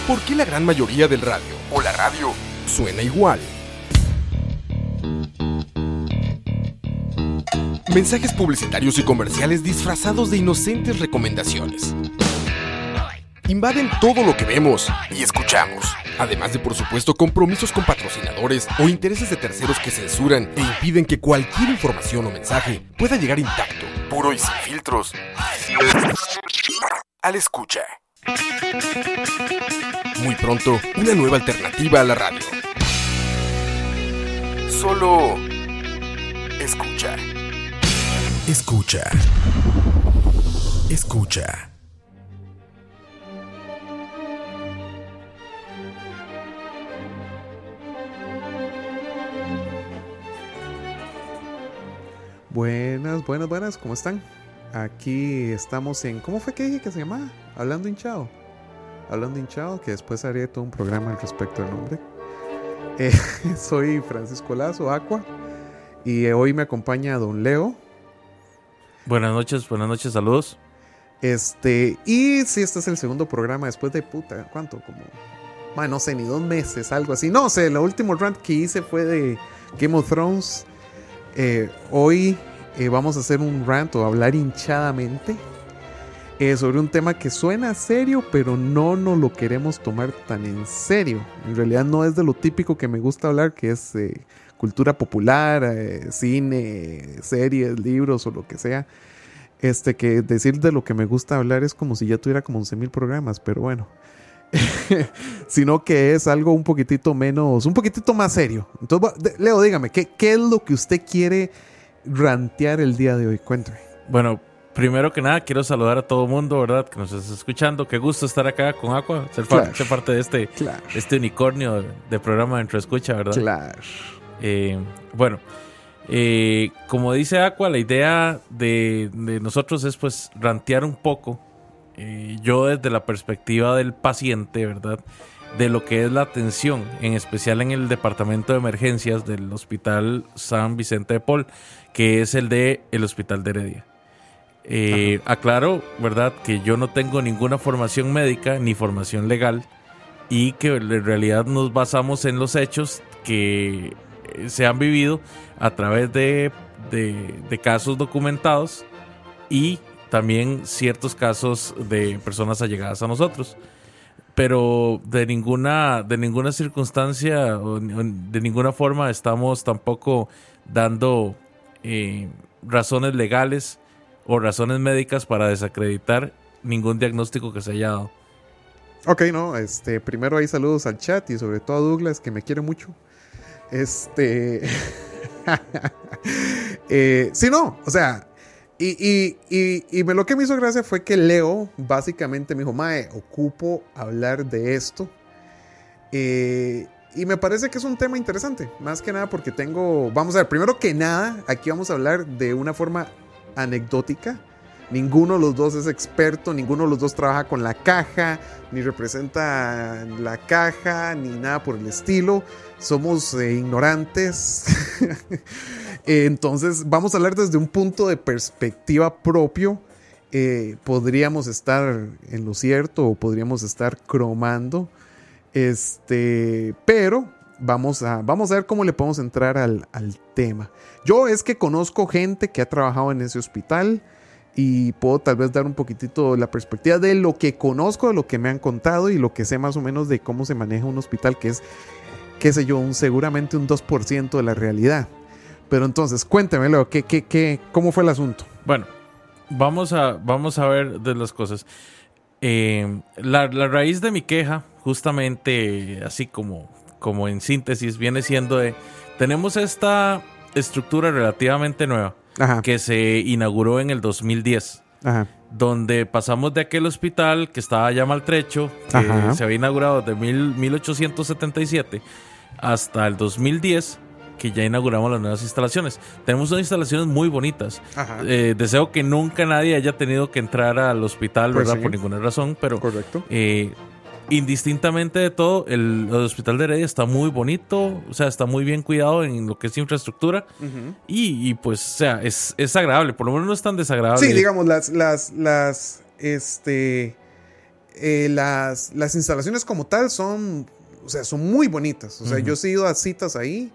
¿Por qué la gran mayoría del radio o la radio suena igual? Mensajes publicitarios y comerciales disfrazados de inocentes recomendaciones. Invaden todo lo que vemos y escuchamos. Además de, por supuesto, compromisos con patrocinadores o intereses de terceros que censuran e impiden que cualquier información o mensaje pueda llegar intacto, puro y sin filtros, al escucha. Muy pronto, una nueva alternativa a la radio. Solo escucha. Escucha. Escucha. Buenas, ¿cómo están? Aquí estamos en... ¿Cómo fue que dije que se llamaba? Hablando hinchado, que después haré todo un programa al respecto del nombre. Soy Francisco Lazo, Aqua, y hoy me acompaña Don Leo. Buenas noches, saludos. Y sí, este es el segundo programa después de ¿cuánto? Como, no sé, ni 2 meses, algo así. No sé, el último rant que hice fue de Game of Thrones. Hoy vamos a hacer un rant o hablar hinchadamente sobre un tema que suena serio, pero no nos lo queremos tomar tan en serio. En realidad no es de lo típico que me gusta hablar, que es cultura popular, cine, series, libros o lo que sea. Que decir de lo que me gusta hablar es como si ya tuviera como 11,000 programas, pero bueno. Sino que es algo un poquitito más serio. Entonces, Leo, dígame, ¿qué es lo que usted quiere rantear el día de hoy? Cuéntame. Bueno, primero que nada quiero saludar a todo el mundo, ¿verdad? Que nos está escuchando. Qué gusto estar acá con Aqua, ser parte de este unicornio de programa Dentro Escucha, ¿verdad? Claro. Como dice Aqua, la idea de nosotros es pues rantear un poco. Yo desde la perspectiva del paciente, ¿verdad? De lo que es la atención, en especial en el departamento de emergencias del Hospital San Vicente de Paul, que es el Hospital de Heredia. Aclaro, ¿verdad? Que yo no tengo ninguna formación médica ni formación legal y que en realidad nos basamos en los hechos que se han vivido a través de casos documentados y también ciertos casos de personas allegadas a nosotros, pero de ninguna circunstancia o de ninguna forma estamos tampoco dando razones legales o razones médicas para desacreditar ningún diagnóstico que se haya dado. Ok, primero ahí saludos al chat y sobre todo a Douglas, que me quiere mucho. Sí, no, o sea, lo que me hizo gracia fue que Leo básicamente me dijo, ocupo hablar de esto. Y me parece que es un tema interesante, más que nada porque vamos a ver, primero que nada, aquí vamos a hablar de una forma anecdótica. Ninguno de los dos es experto, ninguno de los dos trabaja con la caja, ni representa la caja, ni nada por el estilo. Somos ignorantes. Entonces vamos a hablar desde un punto de perspectiva propio. Podríamos estar en lo cierto o podríamos estar cromando. Pero vamos a ver cómo le podemos entrar al tema. Yo es que conozco gente que ha trabajado en ese hospital y puedo tal vez dar un poquitito la perspectiva de lo que conozco, de lo que me han contado y lo que sé más o menos de cómo se maneja un hospital, que es, qué sé yo, seguramente un 2% de la realidad. Pero entonces, cuénteme, Leo, ¿cómo fue el asunto? Bueno, vamos a ver de las cosas. La raíz de mi queja, justamente así como en síntesis, viene siendo tenemos esta estructura relativamente nueva. Ajá. Que se inauguró en el 2010. Ajá. Donde pasamos de aquel hospital que estaba ya maltrecho, que Ajá. se había inaugurado desde 1877 hasta el 2010, que ya inauguramos las nuevas instalaciones. Tenemos unas instalaciones muy bonitas. Deseo que nunca nadie haya tenido que entrar al hospital, pues ¿verdad? Sí. Por ninguna razón, pero correcto. Indistintamente de todo, el Hospital de Heredia está muy bonito, o sea, está muy bien cuidado en lo que es infraestructura. Uh-huh. y pues, o sea, es agradable, por lo menos no es tan desagradable. Sí, digamos, las instalaciones como tal son, o sea, son muy bonitas. O sea, yo he ido a citas ahí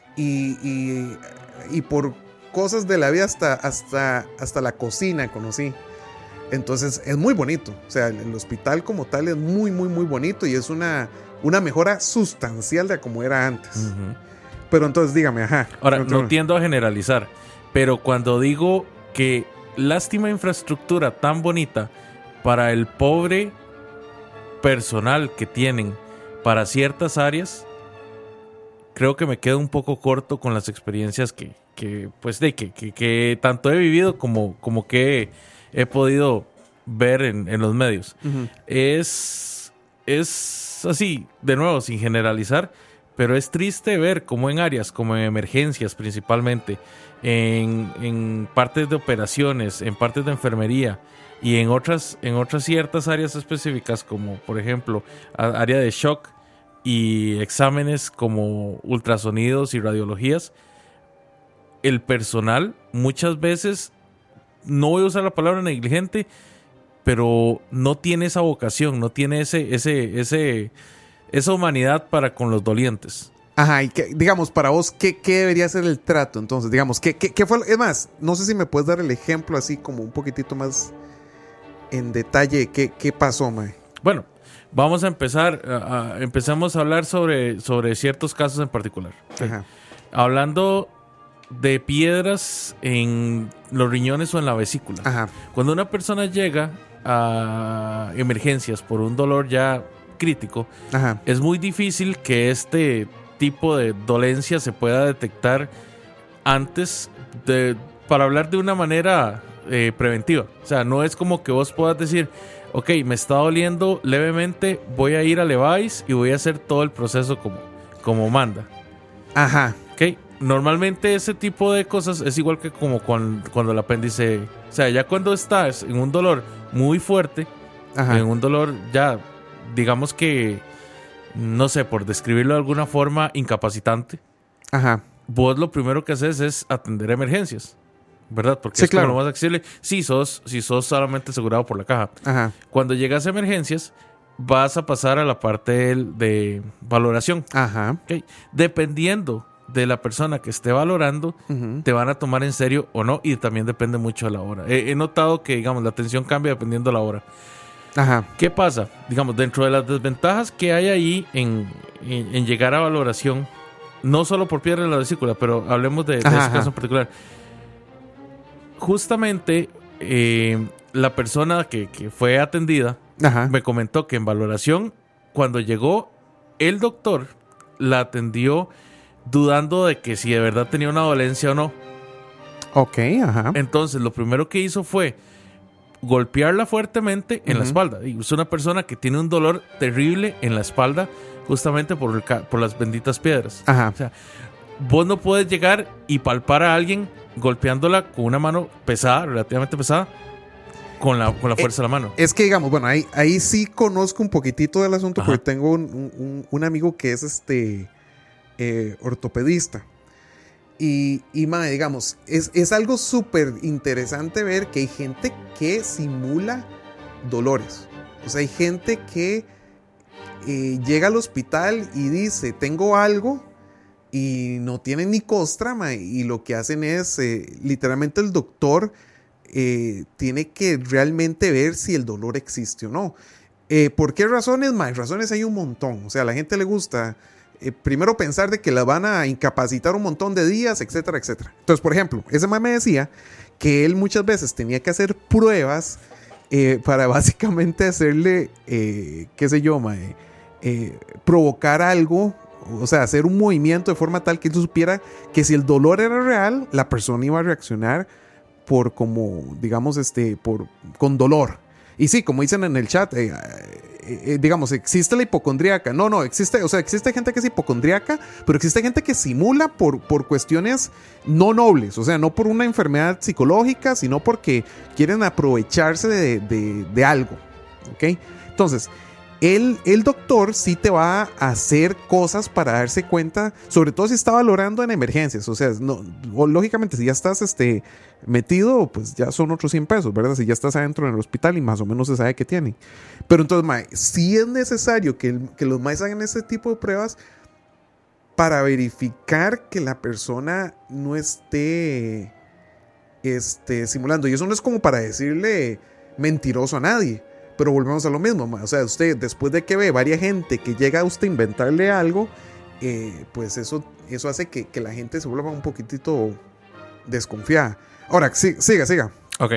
y por cosas de la vida hasta la cocina conocí. Entonces es muy bonito. O sea, el hospital como tal es muy, muy, muy bonito y es una mejora sustancial de como era antes. Pero entonces dígame, ajá. Ahora, no tiendo a generalizar, pero cuando digo que lástima infraestructura tan bonita para el pobre personal que tienen para ciertas áreas, creo que me quedo un poco corto con las experiencias que tanto he vivido como que he podido ver en los medios. Es así, de nuevo, sin generalizar, pero es triste ver cómo en áreas como en emergencias principalmente, en partes de operaciones, en partes de enfermería y en otras ciertas áreas específicas, como por ejemplo área de shock y exámenes como ultrasonidos y radiologías, el personal muchas veces, no voy a usar la palabra negligente, pero no tiene esa vocación, no tiene esa humanidad para con los dolientes. Ajá, y digamos, para vos, ¿qué debería ser el trato? Entonces, digamos, ¿qué fue? Es más, no sé si me puedes dar el ejemplo así como un poquitito más en detalle. ¿Qué pasó, mae? Bueno, vamos a empezar, empezamos a hablar sobre ciertos casos en particular. Ajá. Hablando de piedras en los riñones o en la vesícula. Ajá. Cuando una persona llega a emergencias por un dolor ya crítico, Ajá. es muy difícil que este tipo de dolencia se pueda detectar antes para hablar de una manera preventiva. O sea, no es como que vos puedas decir, ok, me está doliendo levemente, voy a ir a Levi's y voy a hacer todo el proceso como manda. Ajá. Ok, normalmente ese tipo de cosas es igual que como cuando el apéndice, o sea, ya cuando estás en un dolor muy fuerte, Ajá. en un dolor ya, digamos que, no sé, por describirlo de alguna forma, incapacitante, Ajá. vos lo primero que haces es atender emergencias, ¿verdad? Porque Sí, es como claro. lo más accesible. Si sos solamente asegurado por la caja. Ajá. Cuando llegas a emergencias, vas a pasar a la parte de valoración. Ajá. ¿Okay? Dependiendo de la persona que esté valorando, te van a tomar en serio o no, y también depende mucho de la hora. He notado que, digamos, la atención cambia dependiendo de la hora. Ajá. ¿Qué pasa? Digamos, dentro de las desventajas que hay ahí en llegar a valoración, no solo por piedra en la vesícula, pero hablemos de ese caso en particular. Justamente la persona que fue atendida Ajá. me comentó que en valoración, cuando llegó, el doctor la atendió dudando de que si de verdad tenía una dolencia o no. Ok, ajá. Entonces, lo primero que hizo fue golpearla fuertemente en la espalda. Y es una persona que tiene un dolor terrible en la espalda justamente por las benditas piedras. Ajá. O sea, vos no puedes llegar y palpar a alguien golpeándola con una mano pesada, relativamente pesada, con la fuerza de la mano. Es que, digamos, bueno, ahí sí conozco un poquitito del asunto. Ajá. Porque tengo un amigo que es ortopedista. Y madre, digamos, es algo súper interesante ver que hay gente que simula dolores. O sea, hay gente que llega al hospital y dice, tengo algo, y no tienen ni costra, y lo que hacen es, literalmente el doctor tiene que realmente ver si el dolor existe o no. ¿Por qué razones? Razones hay un montón. O sea, a la gente le gusta primero pensar de que la van a incapacitar un montón de días, etcétera, etcétera. Entonces, por ejemplo, ese mae me decía que él muchas veces tenía que hacer pruebas para básicamente hacerle, qué sé yo, provocar algo, o sea, hacer un movimiento de forma tal que él supiera que si el dolor era real, la persona iba a reaccionar por como, digamos, con dolor. Y sí, como dicen en el chat, digamos, existe la hipocondríaca. No, existe gente que es hipocondríaca, pero existe gente que simula por cuestiones no nobles. O sea, no por una enfermedad psicológica, sino porque quieren aprovecharse de algo. ¿Ok? Entonces, el doctor sí te va a hacer cosas para darse cuenta, sobre todo si está valorando en emergencias. O sea, no, lógicamente, si ya estás metido, pues ya son otros 100 pesos, ¿verdad? Si ya estás adentro en el hospital y más o menos se sabe que tiene. Pero entonces, mae, sí es necesario que los maes hagan ese tipo de pruebas para verificar que la persona no esté simulando. Y eso no es como para decirle mentiroso a nadie. Pero volvemos a lo mismo, o sea, usted después de que ve varias gente que llega a usted a inventarle algo, pues eso hace que la gente se vuelva un poquitito desconfiada. Ahora, siga. Ok.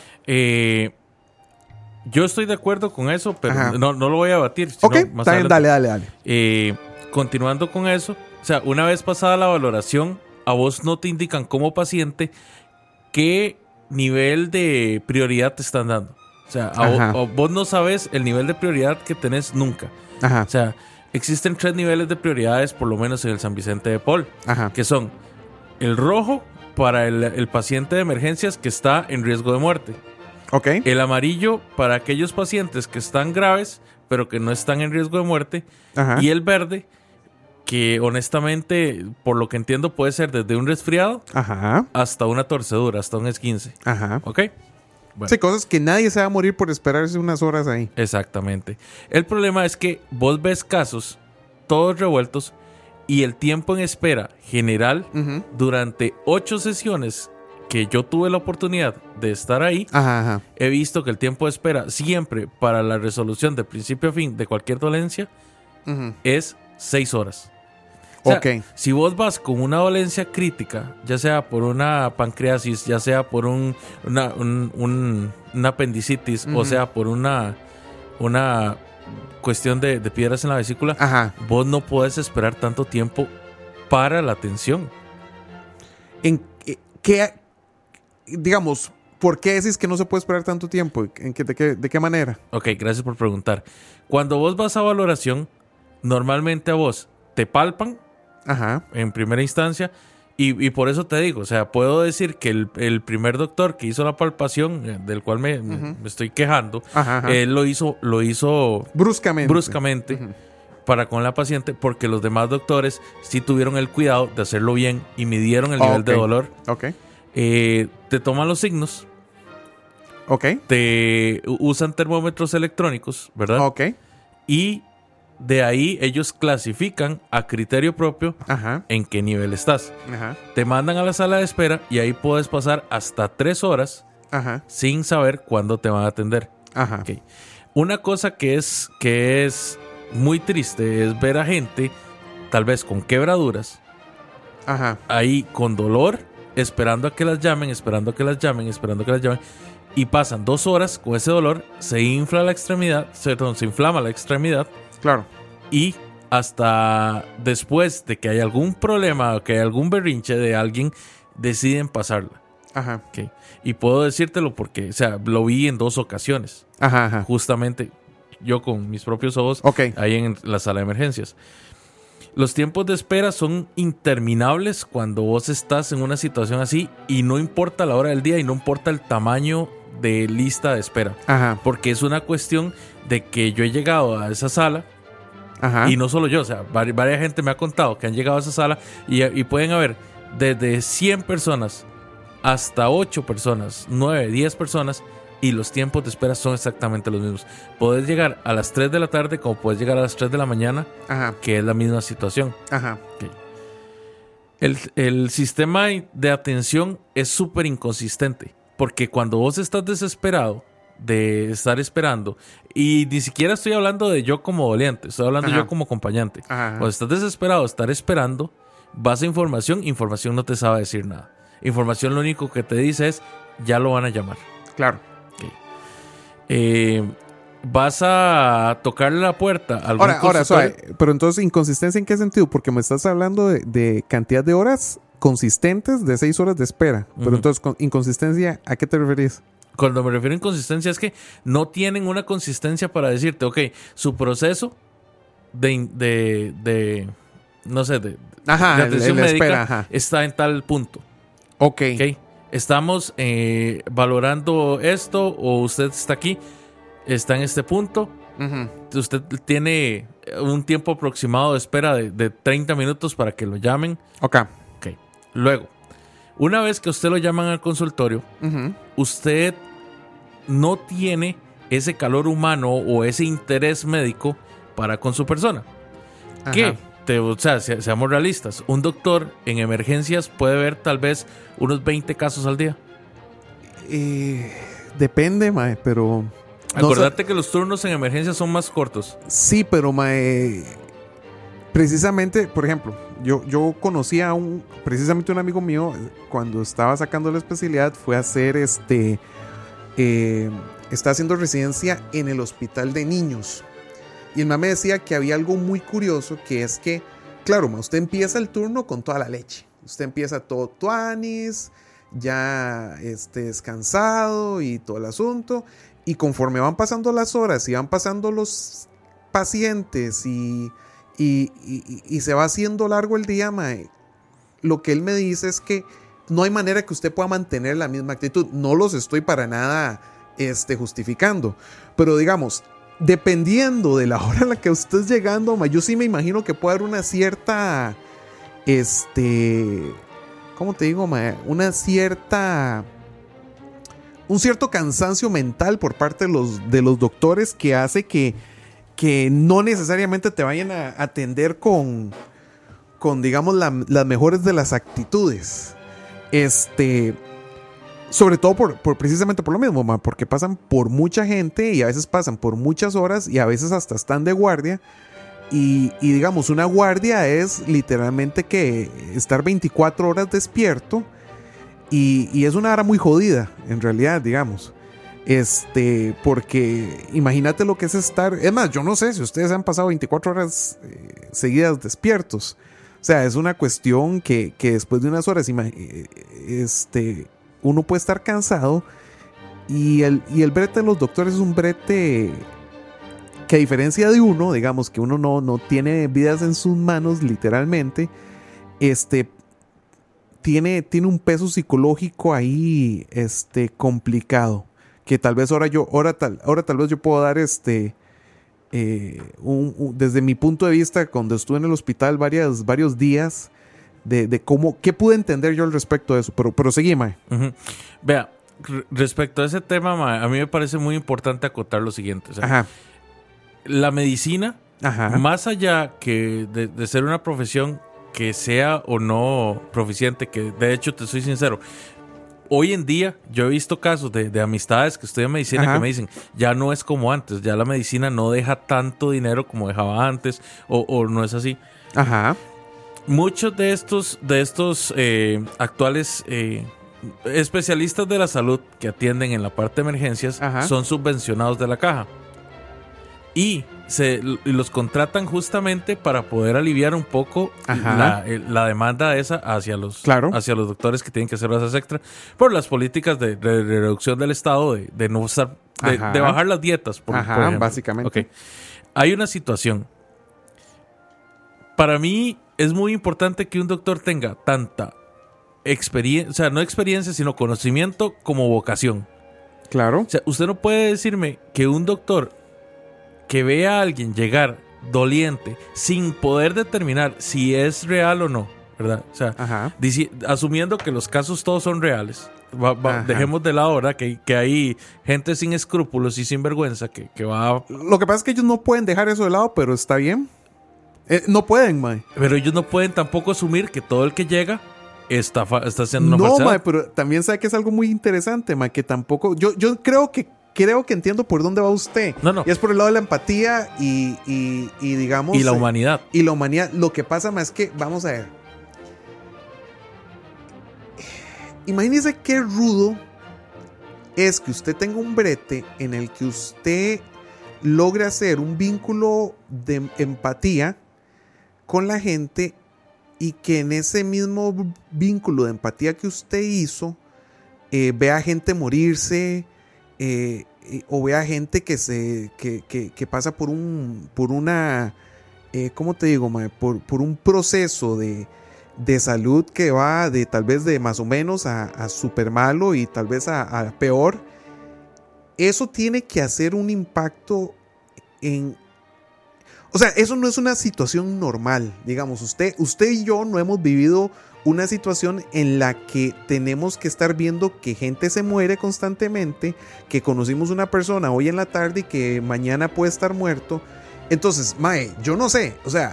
Yo estoy de acuerdo con eso, pero no lo voy a debatir. Ok, está bien, dale. Continuando con eso, o sea, una vez pasada la valoración, a vos no te indican como paciente qué nivel de prioridad te están dando. O sea, vos no sabes el nivel de prioridad que tenés nunca. Ajá. O sea, existen 3 niveles de prioridades, por lo menos en el San Vicente de Paul, que son el rojo para el paciente de emergencias que está en riesgo de muerte. Ok. El amarillo para aquellos pacientes que están graves, pero que no están en riesgo de muerte. Ajá. Y el verde, que honestamente, por lo que entiendo, puede ser desde un resfriado hasta una torcedura, hasta un esguince. Ajá. ¿Ok? Bueno. Sí, cosas que nadie se va a morir por esperarse unas horas ahí. Exactamente. El problema es que vos ves casos todos revueltos y el tiempo en espera general durante 8 sesiones que yo tuve la oportunidad de estar ahí, he visto que el tiempo de espera siempre para la resolución de principio a fin de cualquier dolencia es 6 horas. O sea, si vos vas con una dolencia crítica, ya sea por una pancreasis, ya sea por una apendicitis, o sea por una cuestión de piedras en la vesícula, vos no podés esperar tanto tiempo para la atención. ¿En qué, digamos, por qué decís que no se puede esperar tanto tiempo? ¿De qué manera? Ok, gracias por preguntar. Cuando vos vas a valoración, normalmente a vos te palpan en primera instancia y por eso te digo, o sea, puedo decir que el primer doctor que hizo la palpación, del cual me estoy quejando, él lo hizo bruscamente para con la paciente, porque los demás doctores sí tuvieron el cuidado de hacerlo bien y midieron el nivel de dolor. Te toman los signos, te usan termómetros electrónicos, ¿verdad? Y de ahí ellos clasifican a criterio propio en qué nivel estás. Te mandan a la sala de espera y ahí puedes pasar hasta 3 horas sin saber cuándo te van a atender. Una cosa que es muy triste es ver a gente tal vez con quebraduras ahí con dolor, esperando a que las llamen, y pasan 2 horas con ese dolor, se inflama la extremidad. Claro. Y hasta después de que hay algún problema o que hay algún berrinche de alguien, deciden pasarla. Y puedo decírtelo porque, o sea, lo vi en 2 ocasiones. Justamente yo con mis propios ojos ahí en la sala de emergencias. Los tiempos de espera son interminables cuando vos estás en una situación así y no importa la hora del día y no importa el tamaño de lista de espera. Porque es una cuestión de que yo he llegado a esa sala y no solo yo, o sea, varias gente me ha contado que han llegado a esa sala y pueden haber desde 100 personas hasta 8 personas, 9, 10 personas y los tiempos de espera son exactamente los mismos. Podés llegar a las 3 de la tarde como podés llegar a las 3 de la mañana, que es la misma situación. El sistema de atención es súper inconsistente porque cuando vos estás desesperado de estar esperando, y ni siquiera estoy hablando de yo como doliente, estoy hablando yo como acompañante. Cuando estás desesperado de estar esperando, vas a información no te sabe decir nada. Información lo único que te dice es ya lo van a llamar. Claro. Vas a tocarle la puerta a algún ahora suave, pero entonces ¿inconsistencia en qué sentido? Porque me estás hablando de cantidad de horas consistentes de 6 horas de espera. Pero entonces, ¿inconsistencia a qué te referís? Cuando me refiero a inconsistencia es que no tienen una consistencia para decirte, su proceso de atención médica está en tal punto. Estamos valorando esto, o usted está aquí, está en este punto, Usted tiene un tiempo aproximado de espera de 30 minutos para que lo llamen. Ok. Luego, una vez que usted lo llaman al consultorio, usted no tiene ese calor humano o ese interés médico para con su persona. ¿Qué? O sea, seamos realistas. Un doctor en emergencias puede ver tal vez unos 20 casos al día. Depende, mae, pero... Acordate que los turnos en emergencias son más cortos. Sí, pero mae, precisamente, por ejemplo, yo conocí a precisamente un amigo mío cuando estaba sacando la especialidad, fue a hacer está haciendo residencia en el hospital de niños. Y el mae me decía que había algo muy curioso, que es que, claro, mae, usted empieza el turno con toda la leche. Usted empieza todo tuanis, ya descansado y todo el asunto. Y conforme van pasando las horas y van pasando los pacientes y se va haciendo largo el día, mae, lo que él me dice es que no hay manera que usted pueda mantener la misma actitud. No los estoy para nada justificando. Pero digamos, dependiendo de la hora en la que usted esté llegando, mae, yo sí me imagino que puede haber una cierta... ¿cómo te digo, mae? Un cierto cansancio mental por parte de los doctores que hace que no necesariamente te vayan a atender con digamos, las mejores de las actitudes. Sobre todo precisamente por lo mismo, ma, porque pasan por mucha gente y a veces pasan por muchas horas y a veces hasta están de guardia. Y digamos, una guardia es literalmente que estar 24 horas despierto. Y es una hora muy jodida, en realidad, digamos. Porque imagínate lo que es estar... Es más, yo no sé si ustedes han pasado 24 horas seguidas despiertos. O sea, es una cuestión que después de unas horas uno puede estar cansado. Y el brete de los doctores es un brete que, a diferencia de uno, digamos que uno no tiene vidas en sus manos, literalmente, tiene un peso psicológico ahí complicado, que tal vez ahora tal vez yo puedo dar desde mi punto de vista, cuando estuve en el hospital varios días, de qué pude entender yo al respecto de eso, pero seguí, mae. Vea, respecto a ese tema, mae, a mí me parece muy importante acotar lo siguiente. O sea, la medicina, más allá que de ser una profesión que sea o no proficiente, que de hecho, te soy sincero, hoy en día yo he visto casos de amistades que estudian medicina que me dicen, ya no es como antes, ya la medicina no deja tanto dinero como dejaba antes, o no es así. Muchos de estos actuales especialistas de la salud que atienden en la parte de emergencias son subvencionados de la caja y los contratan justamente para poder aliviar un poco la demanda esa hacia los doctores que tienen que hacer horas extra por las políticas de reducción del Estado de no usar, de bajar las dietas, por ejemplo. Básicamente. Okay. Hay una situación. Para mí es muy importante que un doctor tenga tanta experiencia, o sea, no experiencia, sino conocimiento como vocación. Claro. O sea, usted no puede decirme que un doctor que vea a alguien llegar doliente sin poder determinar si es real o no, ¿verdad? O sea, asumiendo que los casos todos son reales, dejemos de lado, ¿verdad? Que hay gente sin escrúpulos y sin vergüenza que va... Lo que pasa es que ellos no pueden dejar eso de lado, pero está bien. No pueden, mae. Pero ellos no pueden tampoco asumir que todo el que llega está haciendo una falsedad. No, mae, pero también sabe que es algo muy interesante, mae, que tampoco... Yo creo que entiendo por dónde va usted. No. Y es por el lado de la empatía y digamos... Y la humanidad. Y la humanidad. Lo que pasa, mae, es que, vamos a ver. Imagínese qué rudo es que usted tenga un brete en el que usted logre hacer un vínculo de empatía con la gente y que en ese mismo vínculo de empatía que usted hizo vea gente morirse o vea gente que pasa por una ¿cómo te digo, mae? Por un proceso de salud que va de tal vez de más o menos a súper malo y tal vez a peor. Eso tiene que hacer un impacto O sea, eso no es una situación normal. Digamos, usted y yo no hemos vivido una situación en la que tenemos que estar viendo que gente se muere constantemente, que conocimos una persona hoy en la tarde y que mañana puede estar muerto. Entonces, mae, yo no sé, o sea,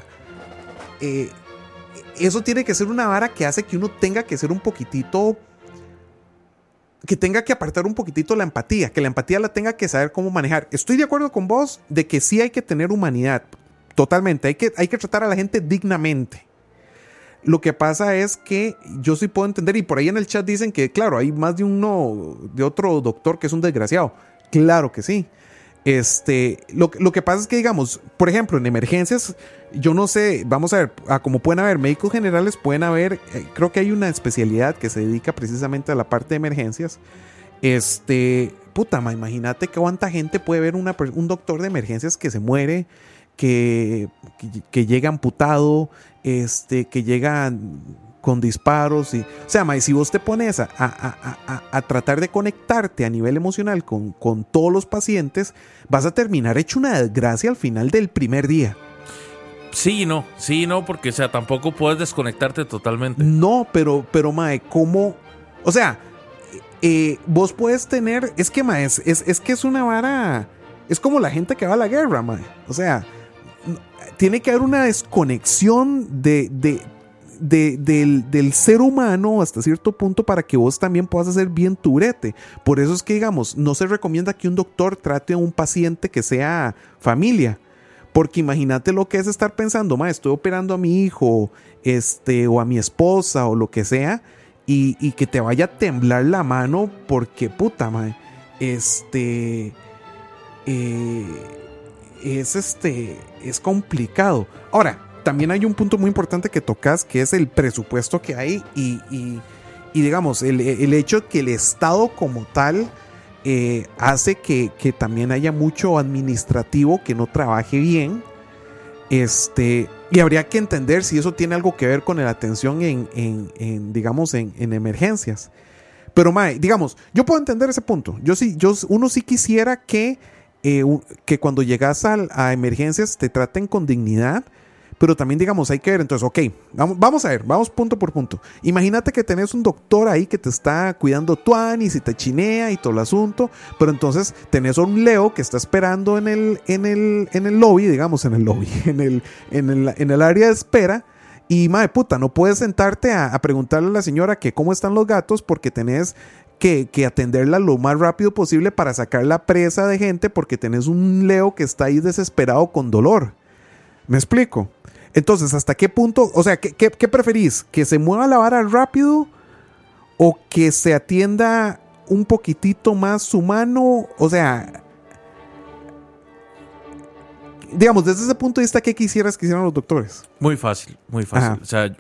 eso tiene que ser una vara que hace que uno tenga que ser un poquitito, que tenga que apartar un poquitito la empatía, que la empatía la tenga que saber cómo manejar. Estoy de acuerdo con vos de que sí hay que tener humanidad, totalmente, hay que tratar a la gente dignamente. Lo que pasa es que yo sí puedo entender, y por ahí en el chat dicen que, claro, hay más de otro doctor que es un desgraciado. Claro que sí. Lo que pasa es que, digamos, por ejemplo, en emergencias, yo no sé, vamos a ver, como pueden haber médicos generales, pueden haber, creo que hay una especialidad que se dedica precisamente a la parte de emergencias. Imagínate que cuánta gente puede ver un doctor de emergencias que se muere, que llega amputado, que llega con disparos. O sea, si vos te pones a tratar de conectarte a nivel emocional con todos los pacientes, vas a terminar hecho una desgracia al final del primer día. Sí, no, porque, o sea, tampoco puedes desconectarte totalmente. No, pero mae, ¿cómo? O sea, vos puedes tener, es que mae, es que es una vara, es como la gente que va a la guerra, mae. O sea, tiene que haber una desconexión del ser humano hasta cierto punto para que vos también puedas hacer bien tu brete. Por eso es que, digamos, no se recomienda que un doctor trate a un paciente que sea familia. Porque imagínate lo que es estar pensando, estoy operando a mi hijo, o a mi esposa o lo que sea, y que te vaya a temblar la mano porque puta, es complicado. Ahora, también hay un punto muy importante que tocas, que es el presupuesto que hay y digamos, el hecho que el Estado como tal hace que también haya mucho administrativo que no trabaje bien. Y habría que entender si eso tiene algo que ver con la atención en emergencias. Pero digamos, yo puedo entender ese punto. Uno sí quisiera que cuando llegas a emergencias te traten con dignidad. Pero también, digamos, hay que ver, entonces, ok, vamos a ver, vamos punto por punto. Imagínate que tenés un doctor ahí que te está cuidando tuanis y te chinea y todo el asunto, pero entonces tenés a un Leo que está esperando en el lobby, digamos, en el área de espera, y no puedes sentarte a preguntarle a la señora que cómo están los gatos porque tenés que atenderla lo más rápido posible para sacar la presa de gente porque tenés un Leo que está ahí desesperado con dolor. ¿Me explico? Entonces, ¿hasta qué punto? O sea, ¿qué preferís? ¿Que se mueva la vara rápido o que se atienda un poquitito más humano? O sea, digamos, desde ese punto de vista, ¿qué quisieras que hicieran los doctores? Muy fácil. Ajá. O sea,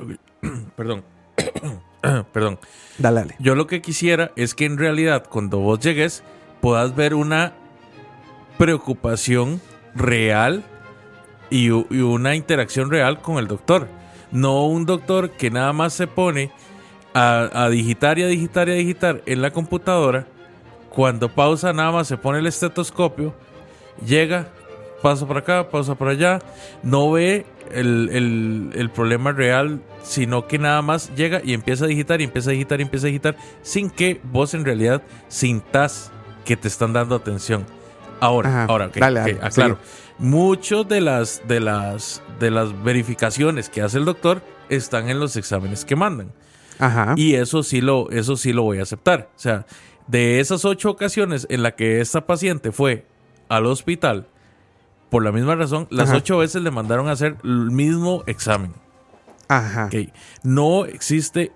perdón. Dale. Yo lo que quisiera es que en realidad, cuando vos llegues, puedas ver una preocupación real y una interacción real con el doctor. No un doctor que nada más se pone a digitar en la computadora. Cuando pausa nada más se pone el estetoscopio, llega, pasa por acá, pausa por allá, no ve el problema real, sino que nada más llega y empieza a digitar sin que vos en realidad sintas que te están dando atención. Ahora, okay, aclaro. Sí. Muchos de las verificaciones que hace el doctor están en los exámenes que mandan. Ajá. Y eso sí lo voy a aceptar. O sea, de esas 8 ocasiones en las que esta paciente fue al hospital, por la misma razón, las 8 veces le mandaron a hacer el mismo examen. Ajá. Okay. No existe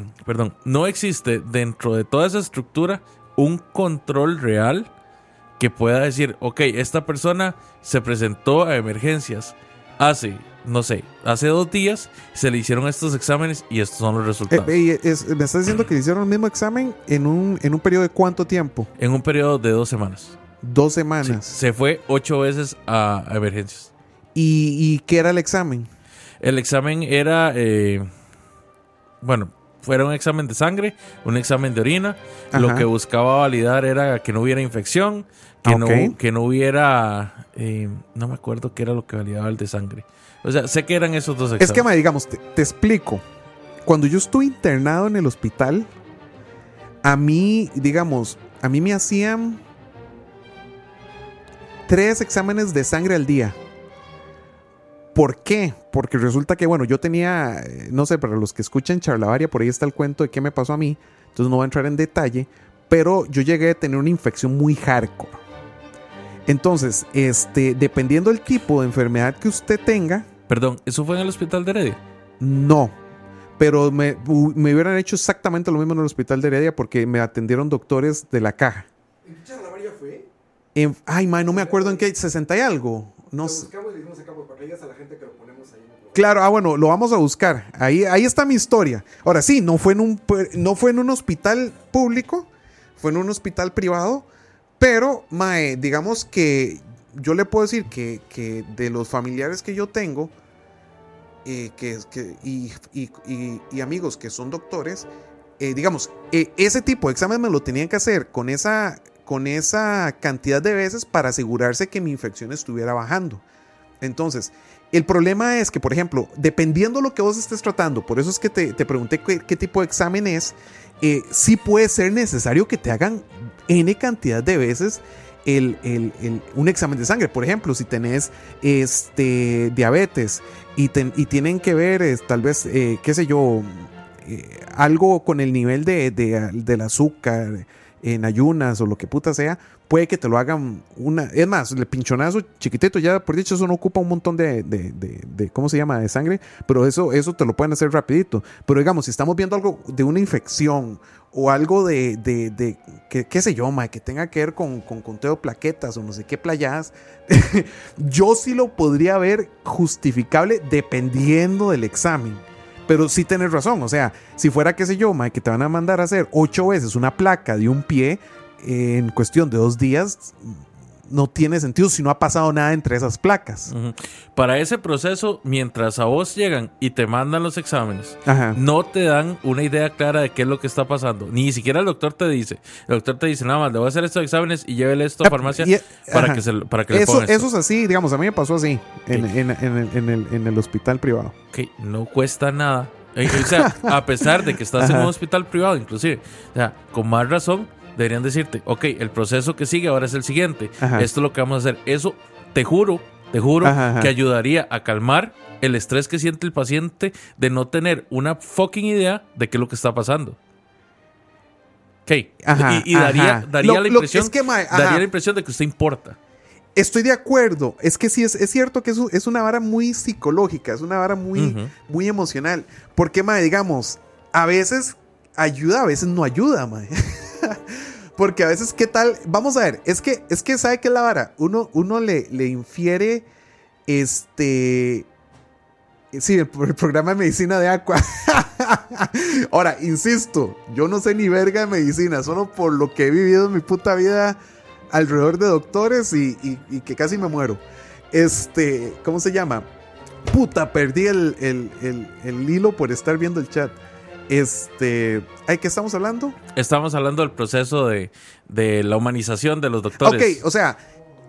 dentro de toda esa estructura un control real que pueda decir, ok, esta persona se presentó a emergencias hace 2 días, se le hicieron estos exámenes y estos son los resultados. ¿Me estás diciendo que le hicieron el mismo examen en un periodo de cuánto tiempo? En un periodo de 2 semanas. 2 semanas. Sí, se fue 8 veces a emergencias. ¿Y qué era el examen? El examen era, fuera un examen de sangre, un examen de orina. Ajá. Lo que buscaba validar era que no hubiera infección, que no hubiera... no me acuerdo qué era lo que validaba el de sangre. O sea, sé que eran esos dos exámenes. Es que, digamos, te explico. Cuando yo estuve internado en el hospital, a mí me hacían 3 exámenes de sangre al día. ¿Por qué? Porque resulta que, bueno, yo tenía, no sé, para los que escuchan Charlavaria, por ahí está el cuento de qué me pasó a mí. Entonces no voy a entrar en detalle, pero yo llegué a tener una infección muy hardcore. Entonces, dependiendo del tipo de enfermedad que usted tenga... Perdón, ¿eso fue en el hospital de Heredia? No, pero me hubieran hecho exactamente lo mismo en el hospital de Heredia porque me atendieron doctores de la caja. ¿En qué Charlavaria fue? No me acuerdo en qué, 60 y algo. No sé. Buscamos y le dimos acá para que digas a la gente que lo ponemos ahí. Claro, bueno, lo vamos a buscar. Ahí está mi historia. Ahora sí, no fue en un hospital público, fue en un hospital privado, pero, digamos que yo le puedo decir que de los familiares que yo tengo y amigos que son doctores, ese tipo de examen me lo tenían que hacer con esa cantidad de veces para asegurarse que mi infección estuviera bajando. Entonces, el problema es que, por ejemplo, dependiendo de lo que vos estés tratando, por eso es que te pregunté qué tipo de examen es, sí puede ser necesario que te hagan N cantidad de veces un examen de sangre. Por ejemplo, si tenés diabetes y tienen que ver tal vez, qué sé yo, algo con el nivel del azúcar en ayunas o lo que puta sea, puede que te lo hagan es más, el pinchonazo chiquitito, ya por dicho, eso no ocupa un montón de ¿cómo se llama? De sangre, pero eso te lo pueden hacer rapidito. Pero digamos, si estamos viendo algo de una infección o algo de qué sé yo, que tenga que ver con conteo de plaquetas o no sé qué playadas, yo sí lo podría ver justificable dependiendo del examen. Pero sí tenés razón, o sea, si fuera, qué sé yo, que te van a mandar a hacer 8 veces una placa de un pie en cuestión de 2 días, no tiene sentido si no ha pasado nada entre esas placas. Uh-huh. Para ese proceso, mientras a vos llegan y te mandan los exámenes, Ajá. no te dan una idea clara de qué es lo que está pasando. Ni siquiera el doctor te dice. El doctor te dice, nada más, le voy a hacer estos exámenes y llévele esto a farmacia para que le pongan esto. Eso es así, digamos, a mí me pasó así en el hospital privado. Ok, no cuesta nada. O sea, a pesar de que estás en un hospital privado, inclusive, o sea, con más razón, deberían decirte, ok, el proceso que sigue ahora es el siguiente. Ajá. Esto es lo que vamos a hacer. Eso, te juro, ajá, que ayudaría a calmar el estrés que siente el paciente de no tener una fucking idea de qué es lo que está pasando. Ok. Ajá, y daría la impresión, es que, daría la impresión de que usted importa. Estoy de acuerdo. Es que sí, es cierto que es una vara muy psicológica, es una vara muy, muy emocional. Porque, digamos, a veces ayuda, a veces no ayuda, Porque a veces, ¿qué tal? Vamos a ver, es que ¿sabe qué es la vara? Uno le infiere sí, el programa de medicina de Aqua. Ahora, insisto, yo no sé ni verga de medicina, solo por lo que he vivido en mi puta vida alrededor de doctores y que casi me muero. ¿Cómo se llama? Puta, perdí el hilo por estar viendo el chat. ¿Qué estamos hablando? Estamos hablando del proceso de la humanización de los doctores. Ok, o sea,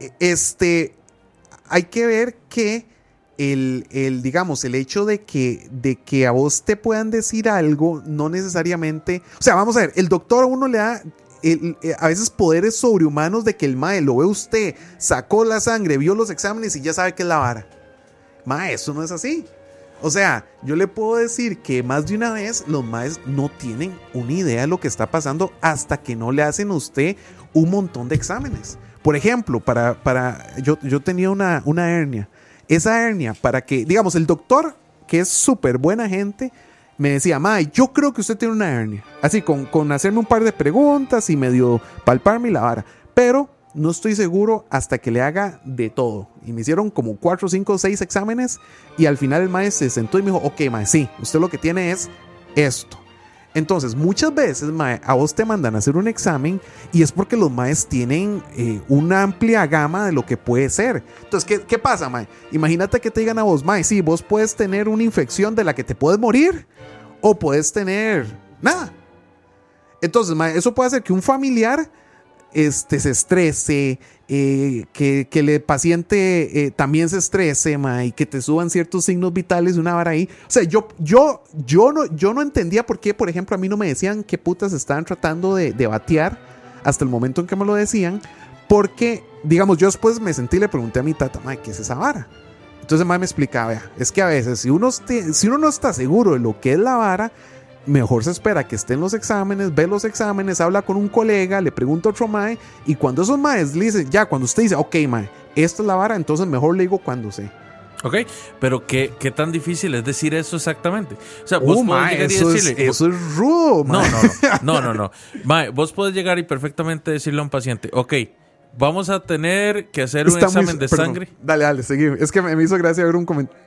hay que ver que digamos, el hecho de que a vos te puedan decir algo, no necesariamente, o sea, vamos a ver, el doctor a uno le da a veces poderes sobrehumanos de que el mae lo ve usted, sacó la sangre, vio los exámenes y ya sabe que es la vara. Mae, eso no es así. O sea, yo le puedo decir que más de una vez los maes no tienen una idea de lo que está pasando hasta que no le hacen a usted un montón de exámenes. Por ejemplo, yo tenía una hernia. Esa hernia, para que, digamos, el doctor, que es súper buena gente, me decía, mae, yo creo que usted tiene una hernia. Así, con hacerme un par de preguntas y medio palparme la vara. Pero no estoy seguro hasta que le haga de todo. Y me hicieron como 4, 5, 6 exámenes. Y al final el mae se sentó y me dijo, ok, mae, sí, usted lo que tiene es esto. Entonces, muchas veces, mae, a vos te mandan a hacer un examen y es porque los maes tienen una amplia gama de lo que puede ser. Entonces, ¿qué pasa, mae? Imagínate que te digan a vos, mae, sí, vos puedes tener una infección de la que te puedes morir o puedes tener Nada. Entonces, mae, eso puede hacer que un familiar se estrese, que el paciente también se estrese, mae, y que te suban ciertos signos vitales de una vara ahí. O sea, yo no entendía por qué, por ejemplo, a mí no me decían qué putas estaban tratando de batear hasta el momento en que me lo decían. Porque, digamos, yo después me sentí y le pregunté a mi tata, mae, ¿qué es esa vara? Entonces, mae me explicaba, vea, es que a veces, si uno no está seguro de lo que es la vara, mejor se espera que estén los exámenes, ve los exámenes, habla con un colega, le pregunta a otro mae, y cuando esos maes le dicen, ya, cuando usted dice, ok, mae, esta es la vara, entonces mejor le digo cuando sé. Ok, pero ¿qué tan difícil es decir eso exactamente? O sea, vos podés llegar y decirle... Eso es rudo, mae. No. Mae, vos podés llegar y perfectamente decirle a un paciente, ok, vamos a tener que hacer un examen de sangre. Dale, seguí. Es que me hizo gracia ver un comentario.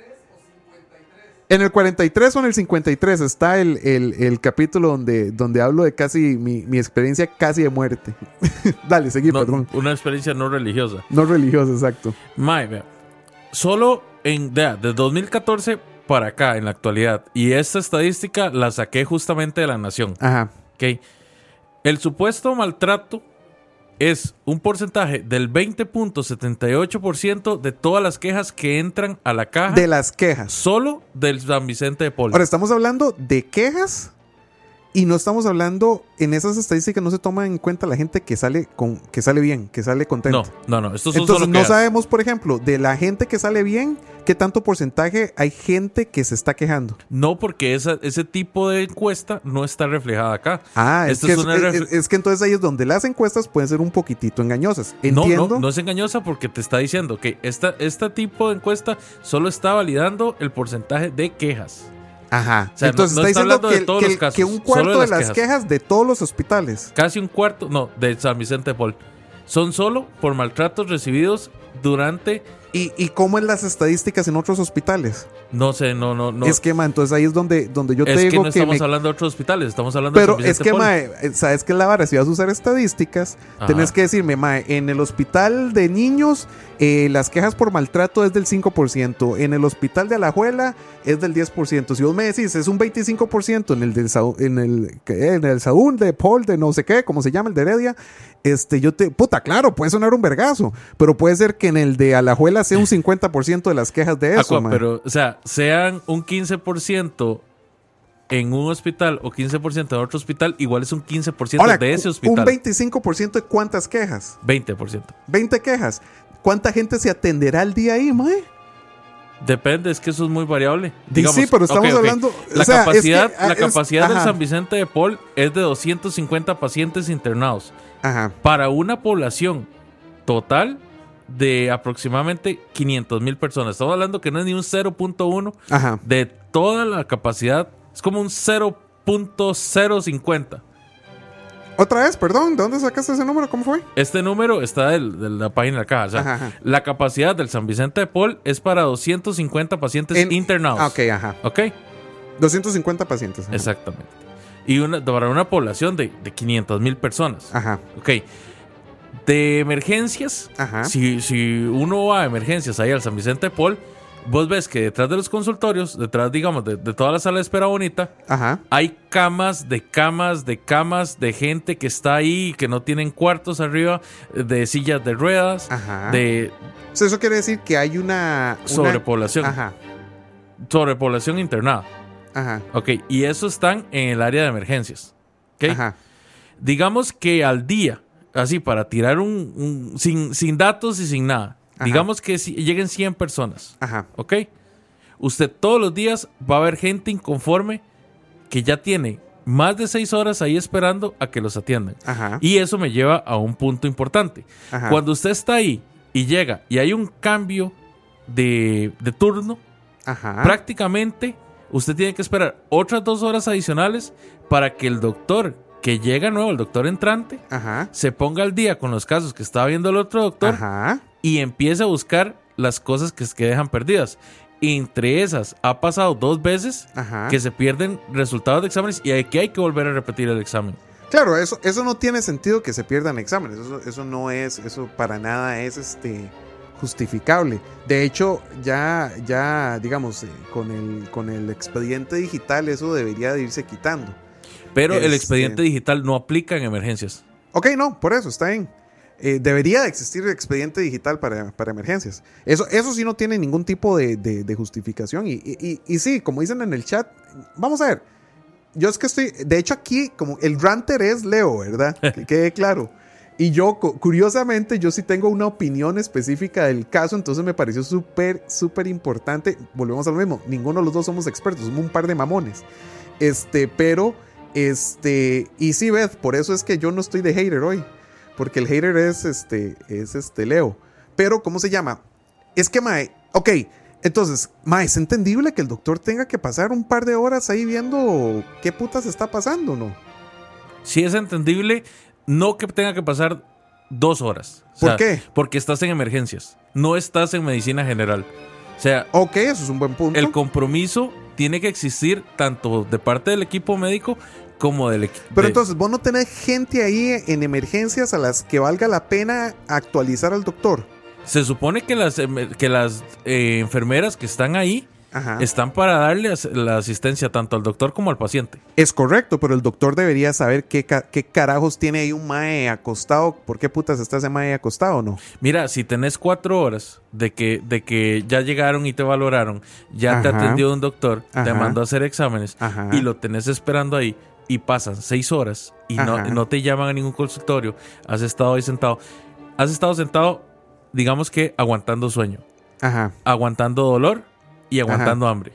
En el 43 o en el 53 está el capítulo donde hablo de casi mi experiencia casi de muerte. Dale, seguí, perdón. Una experiencia no religiosa. No religiosa, exacto. Mae, vea. Solo de 2014 para acá, en la actualidad. Y esta estadística la saqué justamente de La Nación. Ajá. Ok. El supuesto maltrato es un porcentaje del 20.78% de todas las quejas que entran a la caja. De las quejas. Solo del San Vicente de Paul. Ahora, estamos hablando de quejas y no estamos hablando, en esas estadísticas no se toma en cuenta la gente que sale bien, que sale contenta. No. Estos son Entonces solo no quejas. sabemos, por ejemplo, de la gente que sale bien, qué tanto porcentaje hay gente que se está quejando. No, porque ese tipo de encuesta no está reflejada acá. Es que entonces ahí es donde las encuestas pueden ser un poquitito engañosas. Entiendo. No es engañosa porque te está diciendo que este tipo de encuesta solo está validando el porcentaje de quejas. Ajá. O sea, entonces no está hablando diciendo de todos los casos, que un cuarto solo de las quejas de todos los hospitales. Casi un cuarto, de San Vicente de Paul. Son solo por maltratos recibidos durante... ¿Y cómo en las estadísticas en otros hospitales? No sé, no. Es que, entonces ahí es donde yo te digo que... Es que no estamos hablando de otros hospitales, estamos hablando de San Vicente de Paul. Pero es que, ¿sabes qué, la vara? Si vas a usar estadísticas, tenés que decirme, en el hospital de niños, las quejas por maltrato es del 5%, en el hospital de Alajuela es del 10%. Si vos me decís, es un 25% en el Saúl de Paul, de no sé qué, como se llama, el de Heredia, claro, puede sonar un vergazo, pero puede ser que en el de Alajuela sea un 50% de las quejas de eso, pero, o sea, sean un 15% en un hospital o 15% en otro hospital, igual es un 15% Ahora, de ese hospital. ¿Un 25% de cuántas quejas? 20%. 20 quejas. ¿Cuánta gente se atenderá al día ahí, mae? Depende, es que eso es muy variable. Digamos, sí, pero estamos hablando... La capacidad del San Vicente de Paul es de 250 pacientes internados. Ajá. Para una población total de aproximadamente 500,000 personas. Estamos hablando que no es ni un 0.1 de toda la capacidad. Es como un 0.050. Otra vez, perdón, ¿de dónde sacaste ese número? ¿Cómo fue? Este número está de la página de la caja. O sea, la capacidad del San Vicente de Paul es para 250 pacientes internados. Ok. 250 pacientes. Ajá. Exactamente. Y para una población de 500,000 personas. Ajá. Ok. De emergencias, si uno va a emergencias ahí al San Vicente de Paul, vos ves que detrás de los consultorios, detrás, digamos, de toda la sala de espera bonita, hay camas de gente que está ahí, que no tienen cuartos arriba, de sillas de ruedas, Eso quiere decir que hay una sobrepoblación. Sobrepoblación internada. Ok, y eso están en el área de emergencias. Okay. Digamos que al día, así para tirar sin datos y sin nada, digamos que lleguen 100 personas. Ok. Usted todos los días va a ver gente inconforme que ya tiene más de 6 horas ahí esperando a que los atiendan. Y eso me lleva a un punto importante. Cuando usted está ahí y llega y hay un cambio de turno, prácticamente usted tiene que esperar otras 2 horas adicionales para que el doctor que llega nuevo, el doctor entrante, se ponga al día con los casos que estaba viendo el otro doctor y empiece a buscar las cosas que dejan perdidas. Entre esas, ha pasado 2 veces que se pierden resultados de exámenes y aquí hay que volver a repetir el examen. Claro, eso no tiene sentido que se pierdan exámenes. Eso para nada es justificable. De hecho, ya digamos, con el expediente digital eso debería de irse quitando. Pero el expediente digital no aplica en emergencias. Ok, no, por eso, está bien. Debería de existir el expediente digital para emergencias. Eso sí no tiene ningún tipo de justificación. Y sí, como dicen en el chat, vamos a ver. Yo es que estoy, de hecho aquí, como el ranter es Leo, ¿verdad? Que quede claro. Y yo, curiosamente, yo sí tengo una opinión específica del caso, entonces me pareció súper, súper importante. Volvemos a lo mismo, ninguno de los dos somos expertos, somos un par de mamones. Y sí, Beth, por eso es que yo no estoy de hater hoy, porque el hater es Leo. Pero, ¿cómo se llama? Es que, mae, ok, entonces, mae, es entendible que el doctor tenga que pasar un par de horas ahí viendo qué putas está pasando, ¿no? Sí es entendible, no que tenga que pasar 2 horas. ¿Por qué? Porque estás en emergencias, no estás en medicina general. O sea, ok, eso es un buen punto. El compromiso tiene que existir tanto de parte del equipo médico como del equipo. Pero entonces, vos no tenés gente ahí en emergencias a las que valga la pena actualizar al doctor. Se supone que las enfermeras que están ahí están para darle la asistencia tanto al doctor como al paciente. Es correcto, pero el doctor debería saber qué carajos tiene ahí un mae acostado. ¿Por qué putas está ese mae acostado, no? Mira, si tenés 4 horas de que ya llegaron y te valoraron, ya te atendió un doctor, te mandó a hacer exámenes y lo tenés esperando ahí y pasan 6 horas y no te llaman a ningún consultorio, has estado ahí sentado. Has estado sentado, digamos que aguantando sueño, aguantando dolor y aguantando hambre.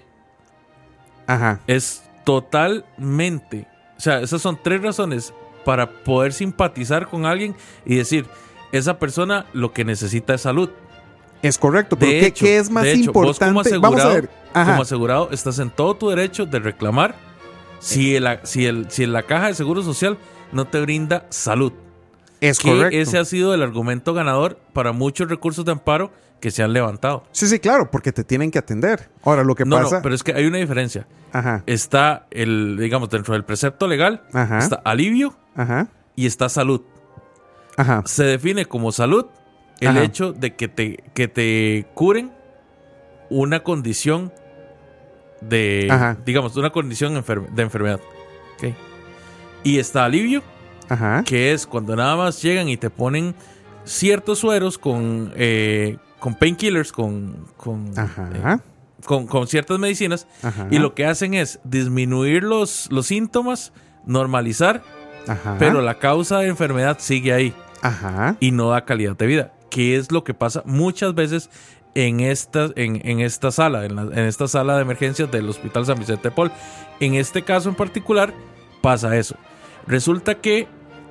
Es totalmente, o sea, esas son 3 razones para poder simpatizar con alguien y decir, esa persona lo que necesita es salud. Es correcto, pero ¿qué es más importante? Vos como asegurado, como asegurado estás en todo tu derecho de reclamar si la caja de seguro social no te brinda salud. Es correcto. Ese ha sido el argumento ganador para muchos recursos de amparo que se han levantado. Sí, claro, porque te tienen que atender. Ahora, lo que pasa... No, pero es que hay una diferencia. Está digamos, dentro del precepto legal, está alivio y está salud. Se define como salud el hecho de que te curen una condición digamos, una condición de enfermedad. Okay. Y está alivio, que es cuando nada más llegan y te ponen ciertos sueros con painkillers, con ciertas medicinas, y lo que hacen es disminuir los síntomas, normalizar, pero la causa de enfermedad sigue ahí y no da calidad de vida, que es lo que pasa muchas veces en esta sala de emergencias del Hospital San Vicente de Paul. En este caso en particular pasa eso. Resulta que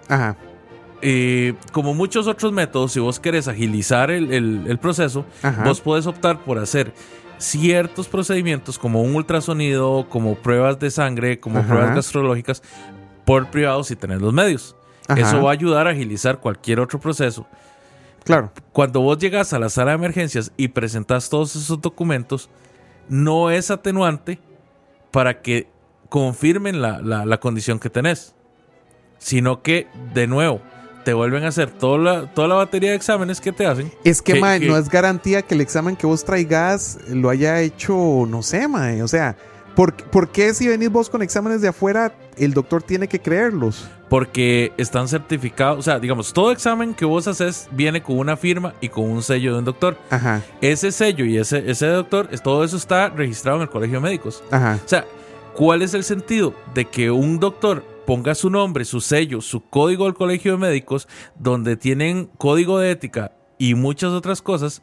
como muchos otros métodos, si vos querés agilizar el proceso, vos podés optar por hacer ciertos procedimientos como un ultrasonido, como pruebas de sangre, como pruebas gastrológicas por privado si tenés los medios. Eso va a ayudar a agilizar cualquier otro proceso. Claro. Cuando vos llegas a la sala de emergencias y presentás todos esos documentos, no es atenuante para que confirmen la condición que tenés, sino que, de nuevo, te vuelven a hacer toda la batería de exámenes que te hacen. Es que, mae, no es garantía que el examen que vos traigas lo haya hecho, no sé, mae. O sea, ¿por qué si venís vos con exámenes de afuera, el doctor tiene que creerlos? Porque están certificados. O sea, digamos, todo examen que vos haces viene con una firma y con un sello de un doctor. Ese sello y ese doctor, todo eso está registrado en el Colegio de Médicos. O sea, ¿cuál es el sentido de que un doctor ponga su nombre, su sello, su código del Colegio de Médicos, donde tienen código de ética y muchas otras cosas,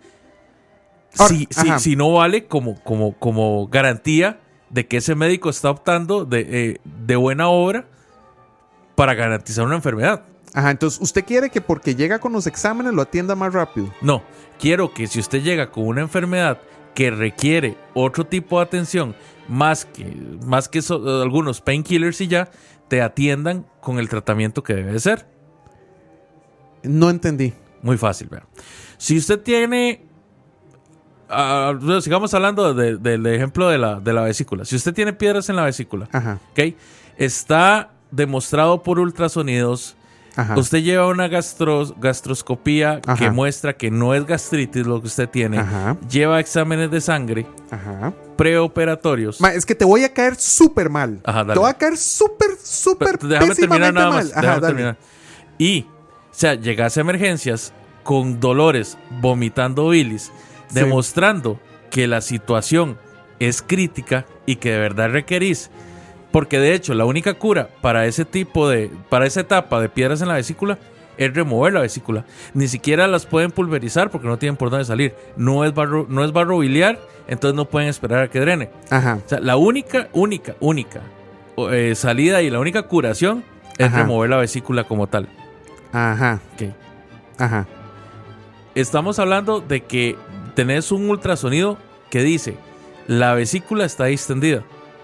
si no vale como garantía de que ese médico está optando de buena obra para garantizar una enfermedad? Entonces usted quiere que porque llega con los exámenes lo atienda más rápido. No, quiero que si usted llega con una enfermedad que requiere otro tipo de atención, más que algunos painkillers y ya, te atiendan con el tratamiento que debe de ser. No entendí. Muy fácil, vean. Si usted tiene, sigamos hablando del ejemplo de la vesícula. Si usted tiene piedras en la vesícula, ¿okay? Está demostrado por ultrasonidos. Usted lleva una gastroscopía que muestra que no es gastritis lo que usted tiene. Lleva exámenes de sangre preoperatorios. Es que te voy a caer súper mal. Te voy a caer súper súper Déjame terminar pésimamente nada mal. más. Ajá, Déjame dale. terminar. Y, o sea, llegase a emergencias con dolores, vomitando bilis, Sí. demostrando que la situación es crítica y que de verdad requerís. Porque de hecho, la única cura para para esa etapa de piedras en la vesícula es remover la vesícula. Ni siquiera las pueden pulverizar porque no tienen por dónde salir. No es barro biliar, entonces no pueden esperar a que drene. Ajá. O sea, la única salida y la única curación es Ajá. remover la vesícula como tal. Ajá. Ok. Ajá. Estamos hablando de que tenés un ultrasonido que dice la vesícula está distendida.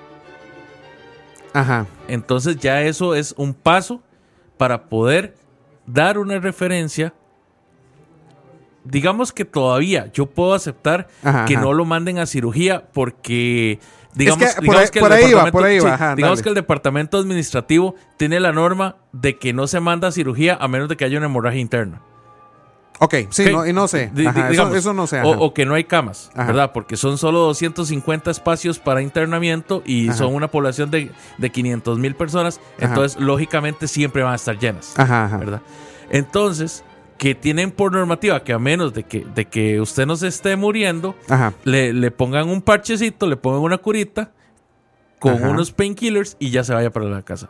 Ajá. Entonces ya eso es un paso para poder dar una referencia. Digamos que todavía yo puedo aceptar Ajá, que ajá. no lo manden a cirugía porque digamos, Es que digamos que por el ahí va, departamento- por ahí va, sí, ajá, digamos dale. que el departamento administrativo tiene la norma de que no se manda a cirugía a menos de que haya una hemorragia interna. Ok, sí, Ok. no, y no sé. Ajá, Digamos, eso no sé. Ajá. o que no hay camas, Ajá. ¿verdad? Porque son solo 250 espacios para internamiento y Ajá. son una población de 500,000 personas. Ajá. Entonces, lógicamente, siempre van a estar llenas, Ajá, ajá. ¿verdad? Entonces, que tienen por normativa que a menos de que usted no se esté muriendo, Ajá. le pongan un parchecito, le pongan una curita con Ajá. unos painkillers y ya se vaya para la casa.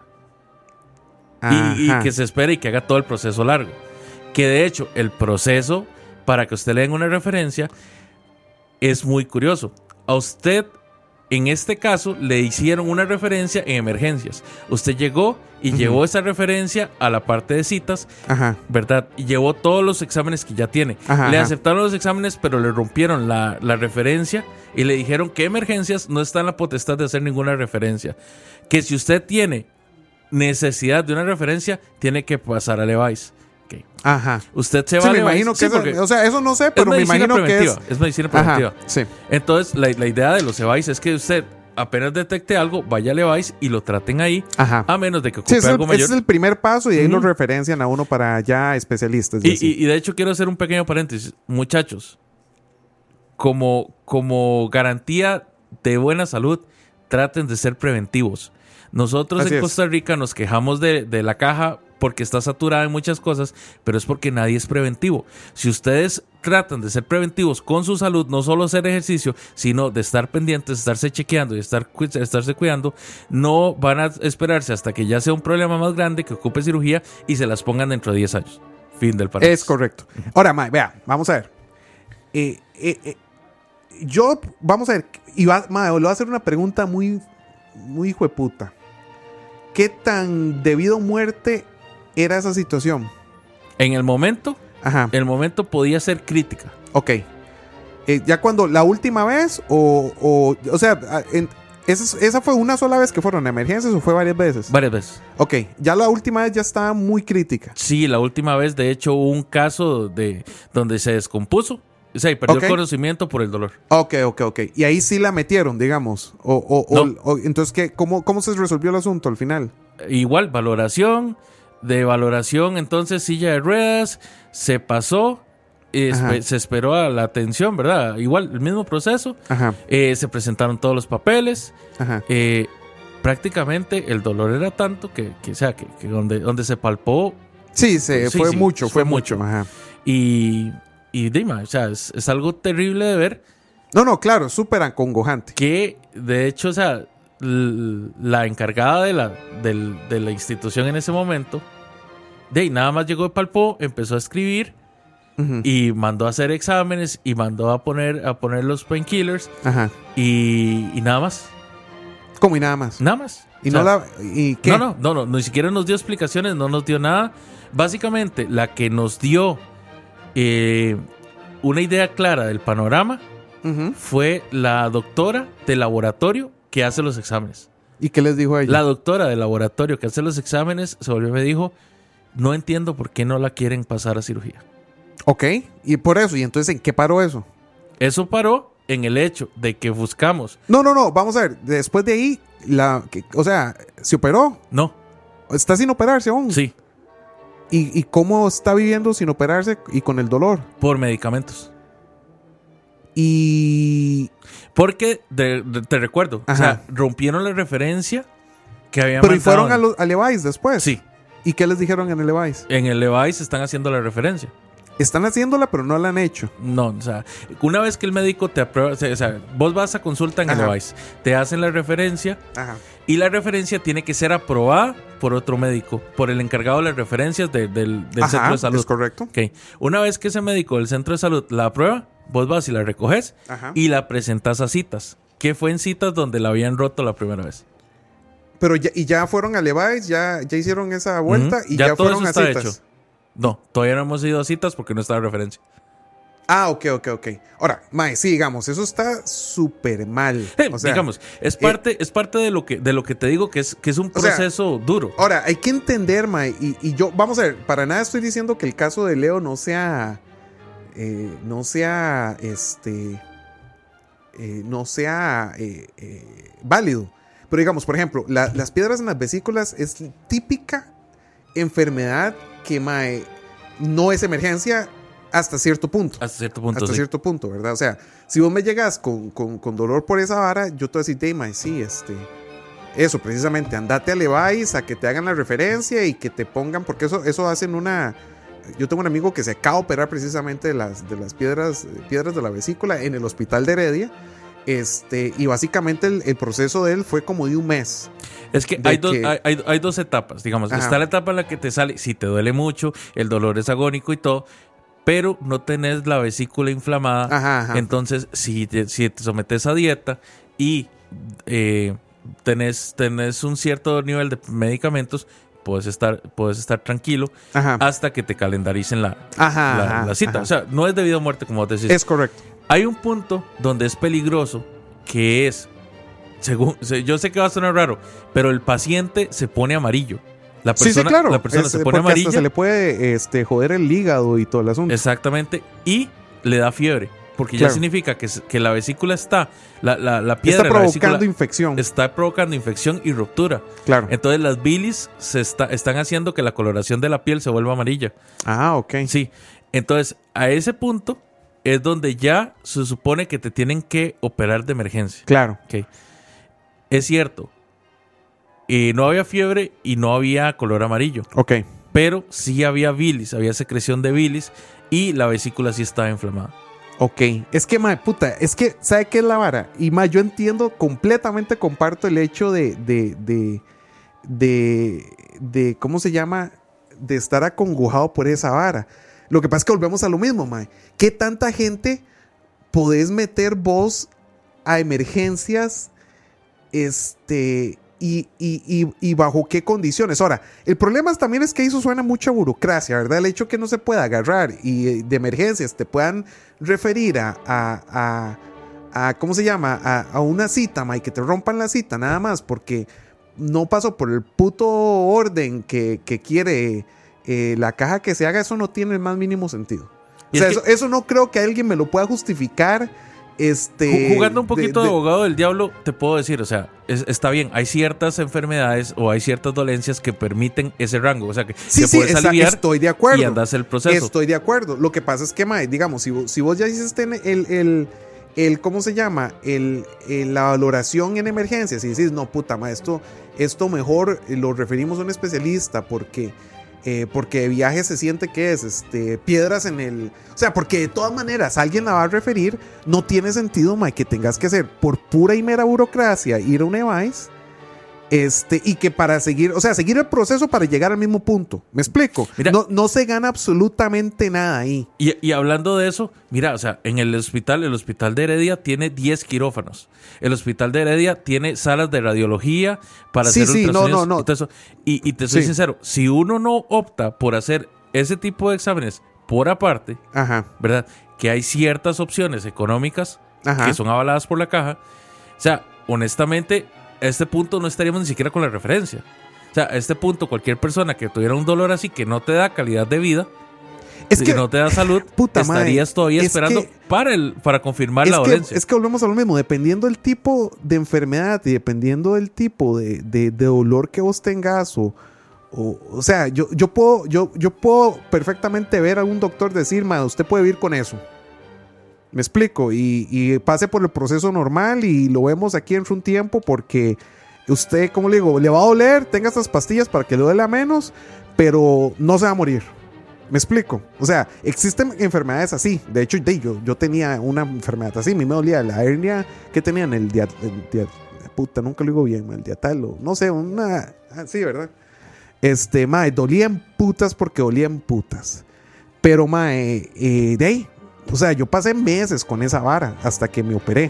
Y Ajá. que se espere y que haga todo el proceso largo. Que de hecho, el proceso, para que usted le den una referencia, es muy curioso. A usted, en este caso, le hicieron una referencia en emergencias. Usted llegó y llevó esa referencia a la parte de citas, Ajá. ¿verdad? Y llevó todos los exámenes que ya tiene. Ajá, Le ajá. aceptaron los exámenes, pero le rompieron la referencia y le dijeron que emergencias no está en la potestad de hacer ninguna referencia. Que si usted tiene necesidad de una referencia, tiene que pasar a Levice. Ok. Ajá. Usted se Sí, va me a Levi's, imagino que sí, eso, porque o sea, eso no sé, es pero me medicina imagino que preventiva. Es medicina preventiva. Ajá, sí. Entonces, la idea de los Levi's es que usted apenas detecte algo, vaya a Levi's y lo traten ahí, Ajá. a menos de que ocupe Sí, ese, algo ese mayor. es el primer paso y ahí lo Ujú. referencian a uno para ya especialistas. y así. Y de hecho quiero hacer un pequeño paréntesis. Muchachos, como garantía de buena salud, traten de ser preventivos. Nosotros Así en es. Costa Rica nos quejamos de la caja porque está saturada en muchas cosas, pero es porque nadie es preventivo. Si ustedes tratan de ser preventivos con su salud, no solo hacer ejercicio, sino de estar pendientes, estarse chequeando y estarse cuidando, no van a esperarse hasta que ya sea un problema más grande, que ocupe cirugía y se las pongan dentro de 10 años. Fin del paréntesis. Es correcto. Ahora, mae, vea, vamos a ver. Yo, vamos a ver, mae, le voy a hacer una pregunta muy, muy hijueputa. ¿Qué tan debido a muerte era esa situación? En el momento Ajá, podía ser crítica. ok. Ya cuando, la última vez, o sea, ¿esa fue una sola vez que fueron a emergencias o fue varias veces? Varias veces. Ok, ya la última vez ya estaba muy crítica. Sí, la última vez, de hecho, hubo un caso donde se descompuso. O sea, y perdió Ok. el conocimiento por el dolor. Ok. Y ahí sí la metieron, digamos. No. Entonces, ¿cómo se resolvió el asunto al final? Igual, valoración. De valoración, entonces, silla de ruedas. Se pasó. Ajá. Se esperó a la atención, ¿verdad? Igual, el mismo proceso. Ajá, Se presentaron todos los papeles. ajá. Prácticamente el dolor era tanto que donde se palpó. Sí, Sí, fue sí, mucho, fue fue mucho. mucho. Ajá. Y dime, o sea, es algo terrible de ver. No, claro, súper acongojante. Que de hecho, o sea, la encargada de la institución en ese momento, nada más llegó de palpó, empezó a escribir Ujú. y mandó a hacer exámenes y mandó a poner los painkillers Ajá. y nada más. ¿Cómo y nada más? Nada más. ¿Y O no sea, la y qué? No, ni siquiera nos dio explicaciones, no nos dio nada. Básicamente, la que nos dio una idea clara del panorama Ujú. fue la doctora del laboratorio que hace los exámenes. ¿Y qué les dijo a ella? La doctora del laboratorio que hace los exámenes se volvió y me dijo, no entiendo por qué no la quieren pasar a cirugía. Ok, y por eso, ¿y entonces en qué paró eso? Eso paró en el hecho de que buscamos. No, vamos a ver, después de ahí, o sea, ¿se operó? No, ¿Está sin operarse aún? sí, ¿Y cómo está viviendo sin operarse y con el dolor? por medicamentos. Y... Porque, te recuerdo, o Ajá. sea, rompieron la referencia Que habían Pero y mandado fueron a Levi's después. Sí. ¿Y qué les dijeron en el Levi's? En el Levi's están haciendo la referencia. Están haciéndola, pero no la han hecho. No, o sea, una vez que el médico te aprueba, o sea, vos vas a consulta en el Ajá. Levi's, te hacen la referencia Ajá. y la referencia tiene que ser aprobada por otro médico, por el encargado de las referencias del centro de salud. Es correcto. Ok. Una vez que ese médico del centro de salud la aprueba, vos vas y la recoges Ajá. y la presentas a citas. Que fue en citas donde la habían roto la primera vez. Pero ya fueron a Levi's, ya hicieron esa vuelta y Ya ya todo fueron eso a está citas. hecho. No, todavía no hemos ido a citas porque no está la referencia. Ah, ok. Ahora, mae, sí, digamos, eso está súper mal. O sea, digamos, es parte de lo que te digo que es un o sea, proceso duro. ahora, hay que entender, mae, y yo, vamos a ver, para nada estoy diciendo que el caso de Leo no sea válido. Pero digamos, por ejemplo, las piedras en las vesículas es típica enfermedad que, mae, no es emergencia hasta cierto punto. Hasta cierto punto, Hasta sí. cierto punto, ¿verdad? O sea, si vos me llegas con dolor por esa vara, yo te voy a decir, mae, sí, eso, precisamente, andate a Levi's a que te hagan la referencia y que te pongan, porque eso hacen yo tengo un amigo que se acaba de operar precisamente de las piedras de la vesícula en el hospital de Heredia. Y básicamente el proceso de él fue como de un mes. Es que hay dos etapas, digamos. Ajá. Está la etapa en la que te sale, si te duele mucho, el dolor es agónico y todo, pero no tenés la vesícula inflamada. Ajá. Entonces, si te sometes a dieta y tenés un cierto nivel de medicamentos, puedes estar tranquilo Ajá. hasta que te calendaricen la cita. Ajá. O sea, no es debido a muerte, como vos decís. Es correcto. Hay un punto donde es peligroso, que es, yo sé que va a sonar raro, pero el paciente se pone amarillo. La persona, sí, claro. La persona se pone porque amarilla. hasta se le puede joder el hígado y todo el asunto. Exactamente. Y le da fiebre. Porque Claro. ya significa que la vesícula está, la piedra Está de la provocando vesícula infección. está provocando infección y ruptura. Claro. Entonces las bilis están haciendo que la coloración de la piel se vuelva amarilla. Ok. Sí. Entonces, a ese punto es donde ya se supone que te tienen que operar de emergencia. Claro. Ok. Es cierto. No había fiebre y no había color amarillo. Ok. Pero sí había bilis, había secreción de bilis y la vesícula sí estaba inflamada. Ok. Es que, mae, puta, es que, ¿sabe qué es la vara? Y, mae, yo entiendo, completamente comparto el hecho de ¿cómo se llama? De estar acongojado por esa vara. Lo que pasa es que volvemos a lo mismo, mae. ¿Qué tanta gente podés meter vos a emergencias? Y bajo qué condiciones. Ahora, el problema también es que eso suena mucha burocracia, ¿verdad? El hecho que no se pueda agarrar y de emergencias te puedan referir a ¿cómo se llama? A una cita, ma, y que te rompan la cita nada más porque no pasó por el puto orden que quiere la caja que se haga. Eso no tiene el más mínimo sentido. O sea, eso no creo que alguien me lo pueda justificar. Jugando un poquito de abogado del diablo, te puedo decir, o sea, está bien, hay ciertas enfermedades o hay ciertas dolencias que permiten ese rango, o sea, que puedes aliviar. Estoy de acuerdo. Y andas el proceso. Estoy de acuerdo. Lo que pasa es que, mae, digamos, si vos ya hiciste el ¿cómo se llama? La valoración en emergencias y decís, no, puta, mae, esto mejor lo referimos a un especialista porque de viaje se siente que es piedras en el... O sea, porque de todas maneras alguien la va a referir. No tiene sentido, mae, que tengas que hacer por pura y mera burocracia ir a un EVAIS y que para seguir el proceso para llegar al mismo punto. ¿Me explico? Mira, no se gana absolutamente nada ahí. Y hablando de eso, mira, o sea, en el hospital de Heredia tiene 10 quirófanos. El hospital de Heredia tiene salas de radiología para hacer ultrasonidos. No. Y todo eso. Y te soy sincero, si uno no opta por hacer ese tipo de exámenes por aparte, Ajá. ¿verdad? Que hay ciertas opciones económicas Ajá. que son avaladas por la caja. O sea, honestamente, a este punto no estaríamos ni siquiera con la referencia. O sea, a este punto cualquier persona que tuviera un dolor así que no te da calidad de vida, que no te da salud, puta estarías madre, todavía esperando para confirmar la dolencia. Es que volvemos a lo mismo, dependiendo del tipo de enfermedad y dependiendo del tipo de dolor que vos tengas o sea, yo puedo perfectamente ver a un doctor decir, ma, usted puede vivir con eso. Me explico, y pase por el proceso normal y lo vemos aquí en un tiempo porque usted, como le digo, le va a doler, tenga estas pastillas para que le duela menos, pero no se va a morir. ¿Me explico? O sea, existen enfermedades así. De hecho, yo tenía una enfermedad así. A mí me dolía la hernia que tenía en el puta, nunca lo digo bien, el diatalo. No sé, una... sí, ¿verdad? Mae, dolía en putas porque dolía en putas. Pero, mae, de ahí, o sea, yo pasé meses con esa vara hasta que me operé.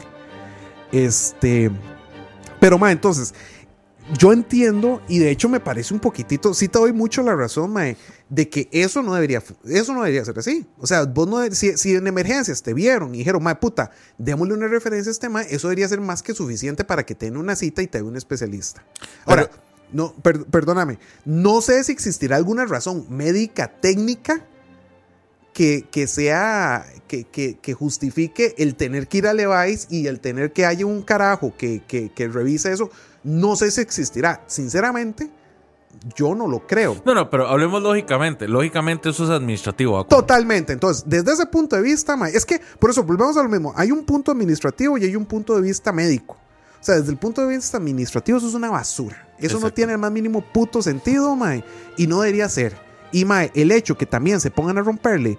Pero, mae, entonces, yo entiendo y de hecho me parece un poquitito, sí te doy mucho la razón, mae, de que eso no debería ser así. O sea, vos no, si en emergencias te vieron y dijeron, mae, puta, démosle una referencia a este mae, eso debería ser más que suficiente para que te den una cita y te dé un especialista. Ahora, no, perdóname, no sé si existirá alguna razón médica, técnica, que sea, que justifique el tener que ir a Levi's y el tener que haya un carajo que revise eso. No sé si existirá. Sinceramente, yo no lo creo. No, pero hablemos lógicamente. Lógicamente eso es administrativo. Totalmente. Entonces, desde ese punto de vista, es que, por eso, volvemos a lo mismo. Hay un punto administrativo y hay un punto de vista médico. O sea, desde el punto de vista administrativo, eso es una basura. Eso Exacto. No tiene el más mínimo puto sentido, mae. Y no debería ser. Y, mae, el hecho que también se pongan a romperle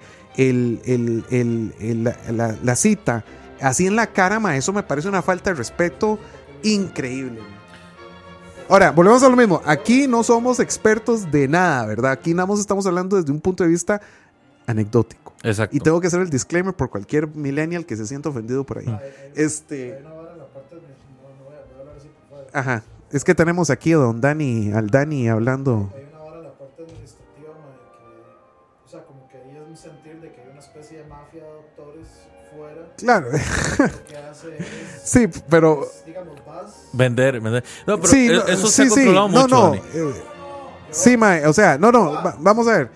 la cita así en la cara, mae, eso me parece una falta de respeto increíble. Ahora, volvemos a lo mismo. Aquí no somos expertos de nada, ¿verdad? Aquí nada más estamos hablando desde un punto de vista anecdótico. Exacto. Y tengo que hacer el disclaimer por cualquier millennial que se sienta ofendido por ahí. Ajá. Es que tenemos aquí a al Dani hablando. Hay una hora en la parte administrativa, que, o sea, como que ahí es un sentir de que hay una especie de mafia de doctores fuera. Claro. Lo que hace es, sí, pero digamos, vender. No, pero sí, eso se ha controlado mucho. No, sí, mae, o sea, vamos a ver.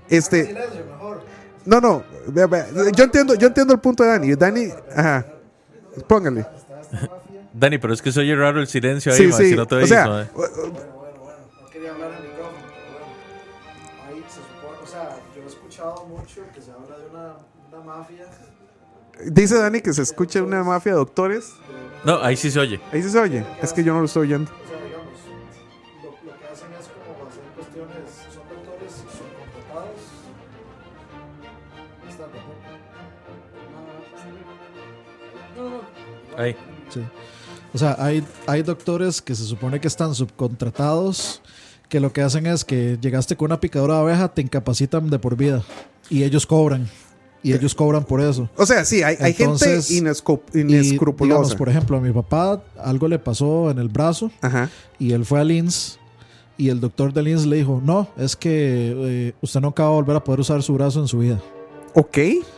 No, yo entiendo el punto de Dani. Dani, ajá. Póngale. Dani, pero es que se oye raro el silencio ahí, sí, si no te oís, o sea, bueno, no quería hablar en el micrófono, pero bueno, ahí se supone, o sea, yo he escuchado mucho que se habla de una mafia. Dice Dani que se escucha una mafia de doctores. No, ahí sí se oye. Ahí sí se oye, es que yo no lo estoy oyendo. O sea, digamos, lo que hacen es como hacer cuestiones, son doctores subcontratados. Ahí. Sí. O sea, hay doctores que se supone que están subcontratados, que lo que hacen es que llegaste con una picadura de abeja, te incapacitan de por vida y ellos cobran. Y ellos cobran por eso. O sea, sí, hay Entonces, gente inescrupulosa. Digamos, por ejemplo, a mi papá algo le pasó en el brazo. Ajá. Y él fue al INSS y el doctor del INSS le dijo, no, es que usted no acaba de volver a poder usar su brazo en su vida. Ok.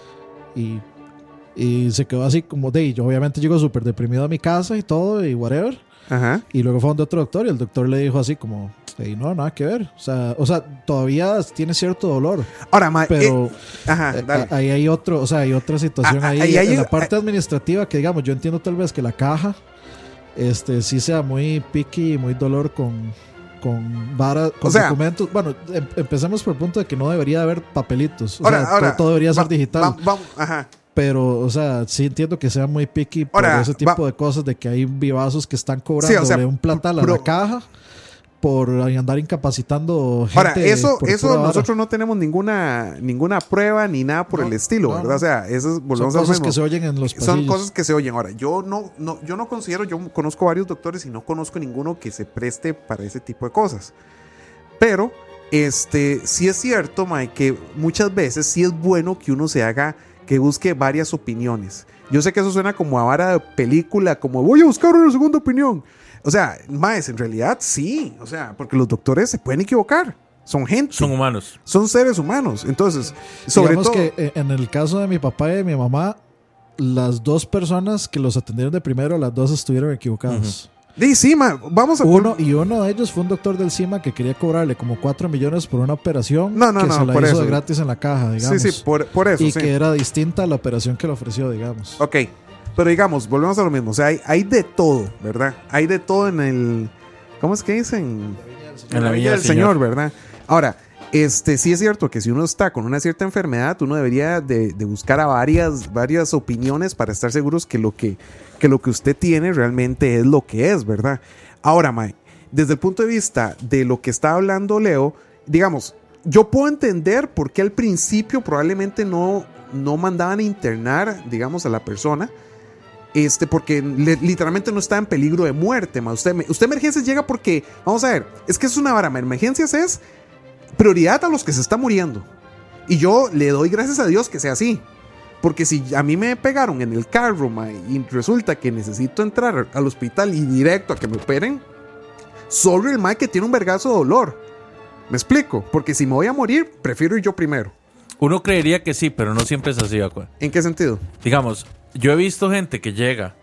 Y se quedó así como de... Yo obviamente llego súper deprimido a mi casa y todo y whatever. Ajá. Y luego fue donde otro doctor y el doctor le dijo así como... Hey, no, nada que ver. O sea, todavía tiene cierto dolor. Ahora, pero dale. ahí hay otro, o sea, hay otra situación ahí en la parte administrativa que digamos, yo entiendo tal vez que la caja sí sea muy picky y muy dolor con documentos. Bueno, empecemos por el punto de que no debería haber papelitos. Todo debería ser digital. Ajá. Pero, o sea, sí entiendo que sea muy picky por ese tipo de cosas, de que hay vivazos que están cobrando un platal a la caja por andar incapacitando gente. Ahora, eso nosotros no tenemos ninguna prueba ni nada por el estilo, ¿verdad? O sea, eso son cosas que se oyen en los pasillos. Son cosas que se oyen. Ahora, yo no considero, yo conozco varios doctores y no conozco ninguno que se preste para ese tipo de cosas. Pero, sí es cierto, Mike, que muchas veces sí es bueno que uno que busque varias opiniones. Yo sé que eso suena como a vara de película, como voy a buscar una segunda opinión. O sea, más en realidad sí, o sea, porque los doctores se pueden equivocar, son gente. Son humanos. Son seres humanos, entonces, sobre digamos todo... que en el caso de mi papá y de mi mamá, las dos personas que los atendieron de primero, las dos estuvieron equivocadas. Sí, vamos a... Uno de ellos fue un doctor del CIMA que quería cobrarle como 4 millones por una operación que se la hizo de gratis en la caja, digamos. Sí, por eso, y que era distinta a la operación que le ofreció, digamos. Ok. Pero digamos, volvemos a lo mismo. O sea, hay de todo, ¿verdad? Hay de todo en el... ¿Cómo es que dicen? En la Viña del Señor, ¿verdad? Ahora, sí es cierto que si uno está con una cierta enfermedad, uno debería de buscar a varias opiniones para estar seguros que lo que usted tiene realmente es lo que es, ¿verdad? Ahora, mae, desde el punto de vista de lo que está hablando Leo, digamos, yo puedo entender por qué al principio probablemente no mandaban a internar, digamos, a la persona, porque literalmente no está en peligro de muerte, mae. Usted emergencias llega porque, vamos a ver, es que es una vara, mae. Emergencias es prioridad a los que se están muriendo. Y yo le doy gracias a Dios que sea así. Porque si a mí me pegaron en el carro, mae, y resulta que necesito entrar al hospital y directo a que me operen, solo el mae que tiene un vergazo de dolor. ¿Me explico? Porque si me voy a morir, prefiero ir yo primero. Uno creería que sí, pero no siempre es así, Aqua. ¿En qué sentido? Digamos, yo he visto gente que llega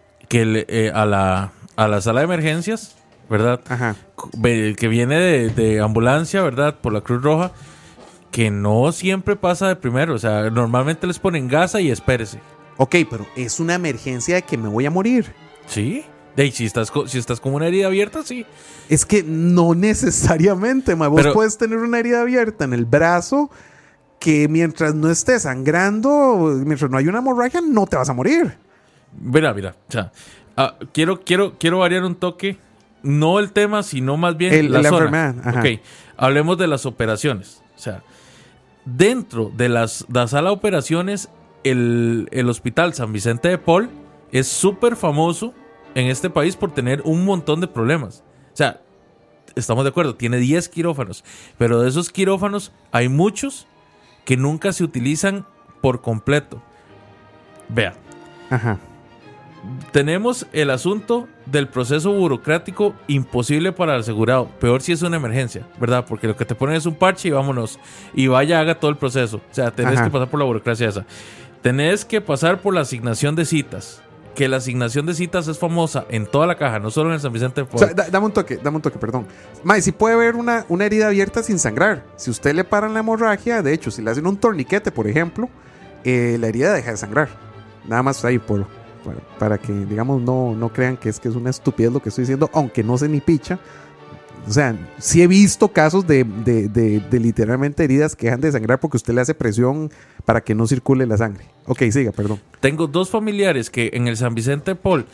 a la sala de emergencias, ¿verdad? Ajá. Que viene de ambulancia, ¿verdad? Por la Cruz Roja, que no siempre pasa de primero. O sea, normalmente les ponen gasa y espérese. Ok, pero es una emergencia de que me voy a morir. ¿Sí? Si estás con una herida abierta, sí. Es que no necesariamente, mae. Vos puedes tener una herida abierta en el brazo que mientras no esté sangrando, mientras no hay una hemorragia, no te vas a morir. Mira. O sea, quiero variar un toque. No el tema, sino más bien la zona. Enfermedad. Ajá. Ok, hablemos de las operaciones. O sea, dentro de la sala de operaciones, el Hospital San Vicente de Paul es súper famoso en este país por tener un montón de problemas. O sea, estamos de acuerdo, tiene 10 quirófanos, pero de esos quirófanos hay muchos que nunca se utilizan por completo. Vea. Ajá. Tenemos el asunto del proceso burocrático imposible para el asegurado. Peor si es una emergencia, ¿verdad? Porque lo que te ponen es un parche y vámonos. Y vaya, haga todo el proceso. O sea, tenés que pasar por la burocracia esa. Tenés que pasar por la asignación de citas. Que la asignación de citas es famosa en toda la caja, no solo en el San Vicente de Paul. O sea, dame un toque, perdón. Mae, si puede haber una herida abierta sin sangrar. Si usted le paran la hemorragia, de hecho, si le hacen un torniquete, por ejemplo, la herida deja de sangrar. Nada más ahí para que, digamos, no crean que es una estupidez lo que estoy diciendo, aunque no sé ni picha. O sea, sí he visto casos de literalmente heridas que dejan de sangrar porque usted le hace presión para que no circule la sangre. Ok, siga, perdón. Tengo 2 familiares que en el San Vicente de Paul,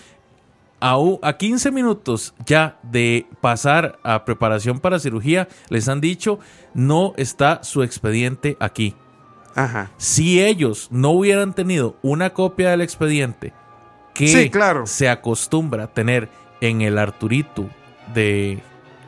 a 15 minutos ya de pasar a preparación para cirugía, les han dicho, no está su expediente aquí. Ajá. Si ellos no hubieran tenido una copia del expediente que sí, claro, se acostumbra a tener en el Arturito del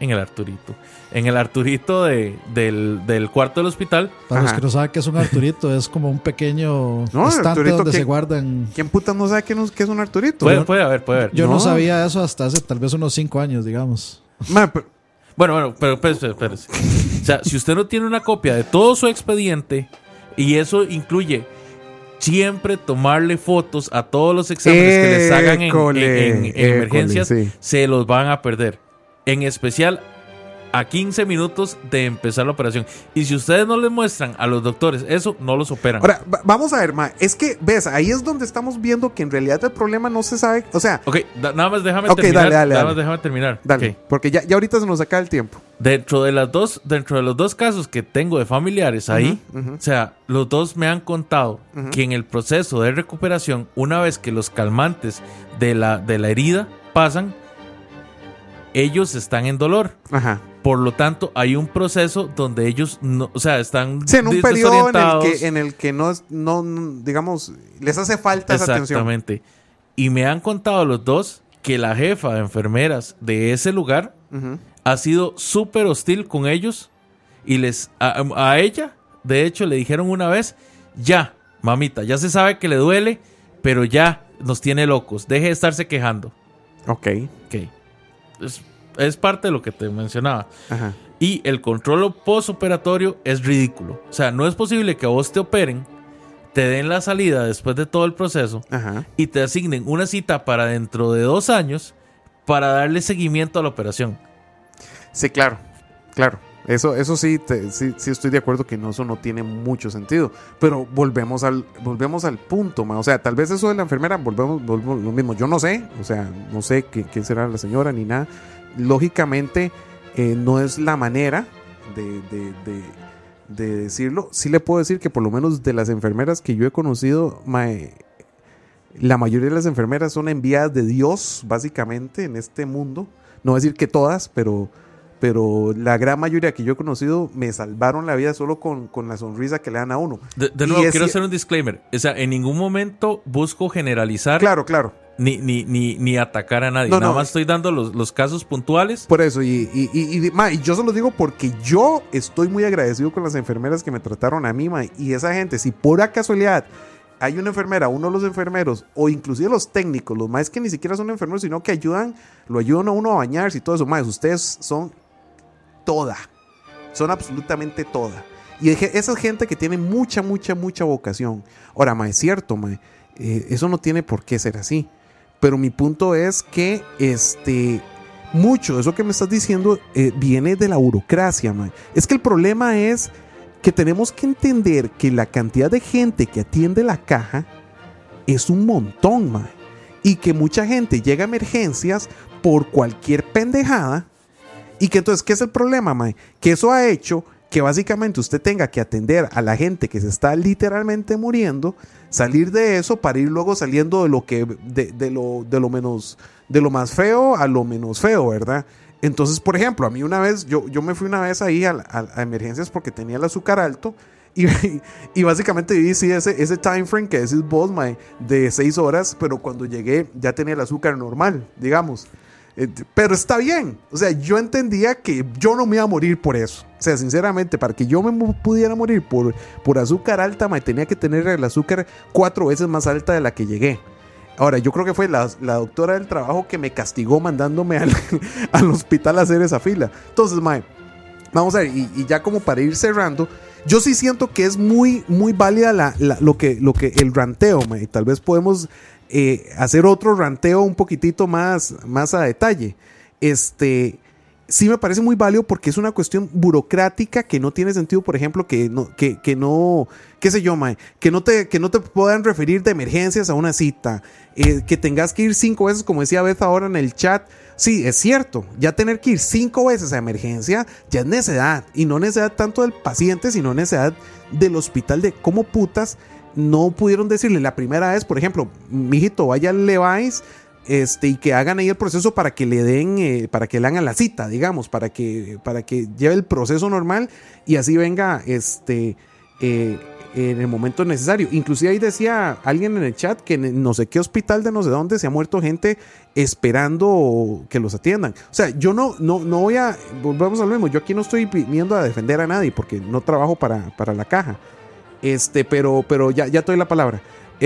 cuarto del hospital. Para los que no saben qué es un Arturito, es como un pequeño estante donde se guardan. ¿Quién puta no sabe qué es un Arturito? Puede haber. Yo no sabía eso hasta hace tal vez unos 5 años, digamos. Bueno, pero espérese. O sea, si usted no tiene una copia de todo su expediente, y eso incluye siempre tomarle fotos a todos los exámenes que les hagan en emergencias, sí, se los van a perder. En especial a 15 minutos de empezar la operación. Y si ustedes no les muestran a los doctores eso, no los operan. Ahora, vamos a ver, ma. Es que, ves, ahí es donde estamos viendo que en realidad el problema no se sabe. O sea... Ok, nada más déjame terminar. Déjame terminar. Dale, okay. Porque ya ahorita se nos acaba el tiempo. Dentro de los dos casos que tengo de familiares ahí, o sea, los dos me han contado que en el proceso de recuperación, una vez que los calmantes de la herida pasan, ellos están en dolor. Ajá. Por lo tanto, hay un proceso donde ellos no, o sea, están en un periodo en el que no, digamos, les hace falta esa atención. Exactamente. Y me han contado los dos que la jefa de enfermeras de ese lugar ha sido súper hostil con ellos y a ella, de hecho, le dijeron una vez, ya, mamita, ya se sabe que le duele, pero ya nos tiene locos, deje de estarse quejando. Ok. Es parte de lo que te mencionaba. Ajá. Y el control postoperatorio es ridículo. O sea, no es posible que a vos te operen, te den la salida después de todo el proceso y te asignen una cita para dentro de 2 años para darle seguimiento a la operación. Sí, claro. Eso sí estoy de acuerdo que eso no tiene mucho sentido. Pero volvemos al punto, ma. O sea, tal vez eso de la enfermera, volvemos lo mismo. Yo no sé, o sea, no sé quién será la señora ni nada. Lógicamente, no es la manera de decirlo. Sí le puedo decir que por lo menos de las enfermeras que yo he conocido, la mayoría de las enfermeras son enviadas de Dios, básicamente, en este mundo, No voy a decir que todas, pero la gran mayoría que yo he conocido me salvaron la vida solo con la sonrisa que le dan a uno. De nuevo, quiero hacer un disclaimer. O sea, en ningún momento busco generalizar. Claro. Ni atacar a nadie. No, Nada más estoy dando los casos puntuales. Por eso, y yo se lo digo porque yo estoy muy agradecido con las enfermeras que me trataron a mí, ma, y esa gente, si por casualidad hay una enfermera, uno de los enfermeros, o inclusive los técnicos, los más que ni siquiera son enfermeros, sino que lo ayudan a uno a bañarse y todo eso, más ustedes son absolutamente toda. Y esa gente que tiene mucha vocación. Ahora, ma, es cierto, ma, eso no tiene por qué ser así. Pero mi punto es que mucho de eso que me estás diciendo viene de la burocracia, ma. Es que el problema es que tenemos que entender que la cantidad de gente que atiende la caja es un montón, ma. Y que mucha gente llega a emergencias por cualquier pendejada. Y que entonces, ¿qué es el problema, mae? Que eso ha hecho que básicamente usted tenga que atender a la gente que se está literalmente muriendo, salir de eso para ir luego saliendo de lo más feo a lo menos feo, ¿verdad? Entonces, por ejemplo, a mí una vez, yo me fui una vez ahí a emergencias porque tenía el azúcar alto y básicamente viví ese time frame que decís vos, mae, de 6 horas, pero cuando llegué ya tenía el azúcar normal, digamos. Pero está bien, o sea, yo entendía que yo no me iba a morir por eso. O sea, sinceramente, para que yo me pudiera morir por azúcar alta, me tenía que tener el azúcar 4 veces más alta de la que llegué. Ahora, yo creo que fue la doctora del trabajo que me castigó mandándome al hospital a hacer esa fila. Entonces, mae, vamos a ver, y ya como para ir cerrando, yo sí siento que es muy válida lo que el ranteo, mae. Tal vez podemos hacer otro ranteo un poquitito más a detalle. Sí me parece muy válido porque es una cuestión burocrática que no tiene sentido, por ejemplo, que no, qué sé yo, mae, que no te puedan referir de emergencias a una cita, que tengas que ir 5 veces, como decía Beth ahora en el chat. Sí, es cierto, ya tener que ir 5 veces a emergencia ya es necedad, y no necedad tanto del paciente, sino necedad del hospital, de cómo putas no pudieron decirle la primera vez, por ejemplo, mijito, vaya al Levi's, y que hagan ahí el proceso para que le den, para que le hagan la cita, digamos, para que lleve el proceso normal y así venga, en el momento necesario. Inclusive ahí decía alguien en el chat que en no sé qué hospital de no sé dónde se ha muerto gente esperando que los atiendan. O sea, yo no voy a, volvemos a lo mismo, yo aquí no estoy viniendo a defender a nadie porque no trabajo para la caja. Pero ya te doy la palabra.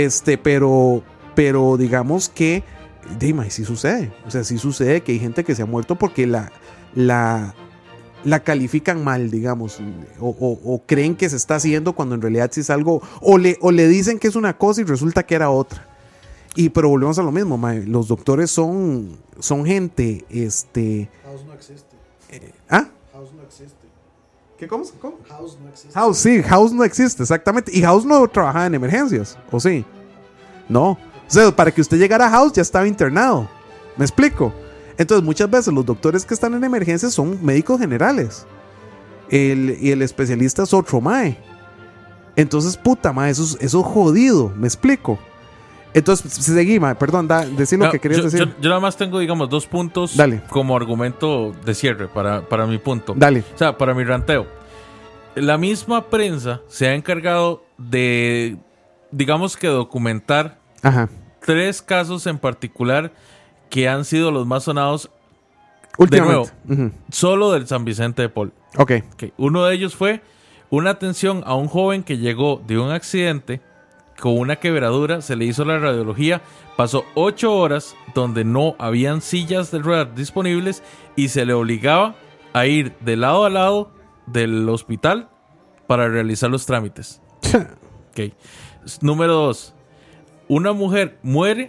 Pero digamos que dime, sí sucede. O sea, sí sucede que hay gente que se ha muerto porque la califican mal, digamos, o creen que se está haciendo cuando en realidad sí es algo, o le dicen que es una cosa y resulta que era otra. Pero volvemos a lo mismo, mae, los doctores son gente, House no existe. House no existe. ¿Qué? ¿Cómo? House no existe. House, sí, House no existe, exactamente. Y House no trabajaba en emergencias, ¿o sí? No. O sea, para que usted llegara a House ya estaba internado. ¿Me explico? Entonces, muchas veces los doctores que están en emergencias son médicos generales. Y el especialista es otro mae. Entonces, puta mae, eso es jodido. ¿Me explico? Entonces, seguí, mae, perdón, decir lo que querías decir. Yo nada más tengo, digamos, 2 puntos. Dale. Como argumento de cierre para mi punto. Dale. O sea, para mi ranteo. La misma prensa se ha encargado de, digamos que documentar 3 casos en particular que han sido los más sonados últimamente. De nuevo, solo del San Vicente de Paul. Okay. Uno de ellos fue una atención a un joven que llegó de un accidente con una quebradura, se le hizo la radiología, pasó 8 horas donde no habían sillas de ruedas disponibles y se le obligaba a ir de lado a lado del hospital para realizar los trámites. Número 2. Una mujer muere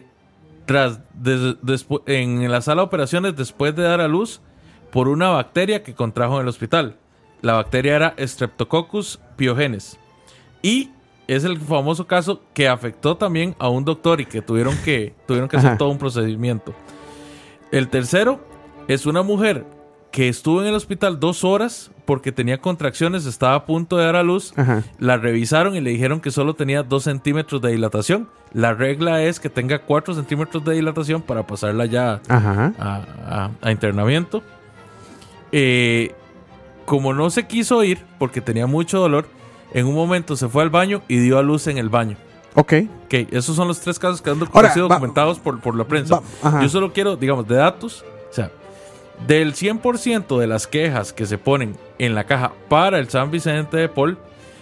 en la sala de operaciones después de dar a luz por una bacteria que contrajo en el hospital. La bacteria era Streptococcus pyogenes. Y es el famoso caso que afectó también a un doctor y que tuvieron que hacer todo un procedimiento. El tercero es una mujer que estuvo en el hospital 2 horas porque tenía contracciones, estaba a punto de dar a luz. La revisaron y le dijeron que solo tenía 2 centímetros de dilatación. La regla es que tenga 4 centímetros de dilatación para pasarla ya a internamiento. Como no se quiso ir porque tenía mucho dolor, en un momento se fue al baño y dio a luz en el baño. Ok. Esos son los 3 casos que han Ahora, sido documentados por la prensa. Yo solo quiero, digamos, de datos. O sea, del 100% de las quejas que se ponen en la caja para el San Vicente de Paul,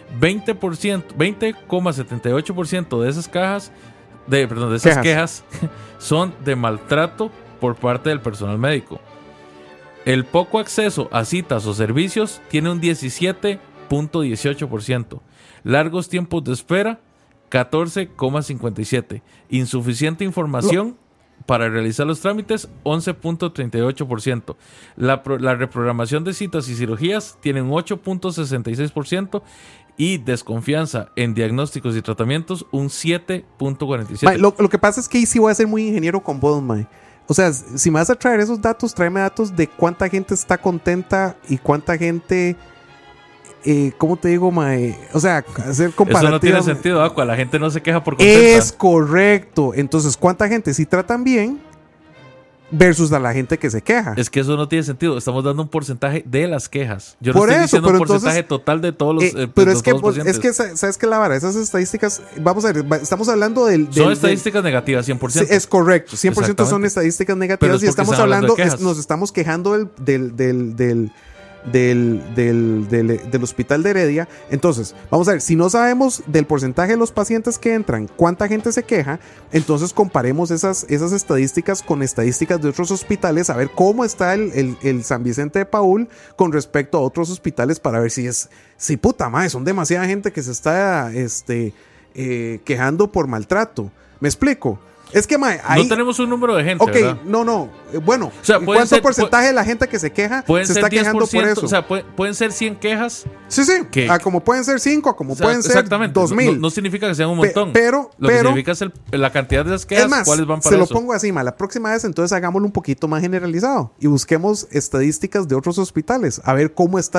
20,78% de esas quejas son de maltrato por parte del personal médico. El poco acceso a citas o servicios tiene un 17,18%. Largos tiempos de espera, 14,57%. Insuficiente información para realizar los trámites, 11,38%. La reprogramación de citas y cirugías tiene un 8,66%. Y desconfianza en diagnósticos y tratamientos, un 7,47%. Lo que pasa es que ahí sí voy a ser muy ingeniero con vos, mae. O sea, si me vas a traer esos datos, tráeme datos de cuánta gente está contenta y cuánta gente... ¿cómo te digo, mae? O sea, hacer comparativa. Eso no tiene sentido, Aqua. La gente no se queja por contenta. Es correcto. Entonces, ¿cuánta gente sí tratan bien versus a la gente que se queja? Es que eso no tiene sentido. Estamos dando un porcentaje de las quejas. Yo no por estoy eso, diciendo un entonces, porcentaje total de todos los pero los es que, todos los pacientes. es que, ¿sabes qué, la vara? Esas estadísticas, vamos a ver, estamos hablando son estadísticas negativas, 100%. Es correcto, 100% son estadísticas negativas y estamos hablando, nos estamos quejando del hospital de Heredia. Entonces, vamos a ver, si no sabemos del porcentaje de los pacientes que entran, cuánta gente se queja, entonces comparemos esas estadísticas con estadísticas de otros hospitales, a ver cómo está el San Vicente de Paúl con respecto a otros hospitales, para ver si puta madre, son demasiada gente que se está quejando por maltrato. ¿Me explico? Es que, mae, ahí... No tenemos un número de gente, ok, ¿verdad? no. Bueno, o sea, ¿cuánto porcentaje de la gente que se queja se está quejando por eso? O sea, pueden ser 100 quejas. Sí. Como pueden ser 5, a como pueden ser 2,000. No significa que sean un montón. Lo que significa es la cantidad de esas quejas, es más, cuáles van para se eso. lo pongo así, mae. La próxima vez, entonces, hagámoslo un poquito más generalizado y busquemos estadísticas de otros hospitales. A ver cómo está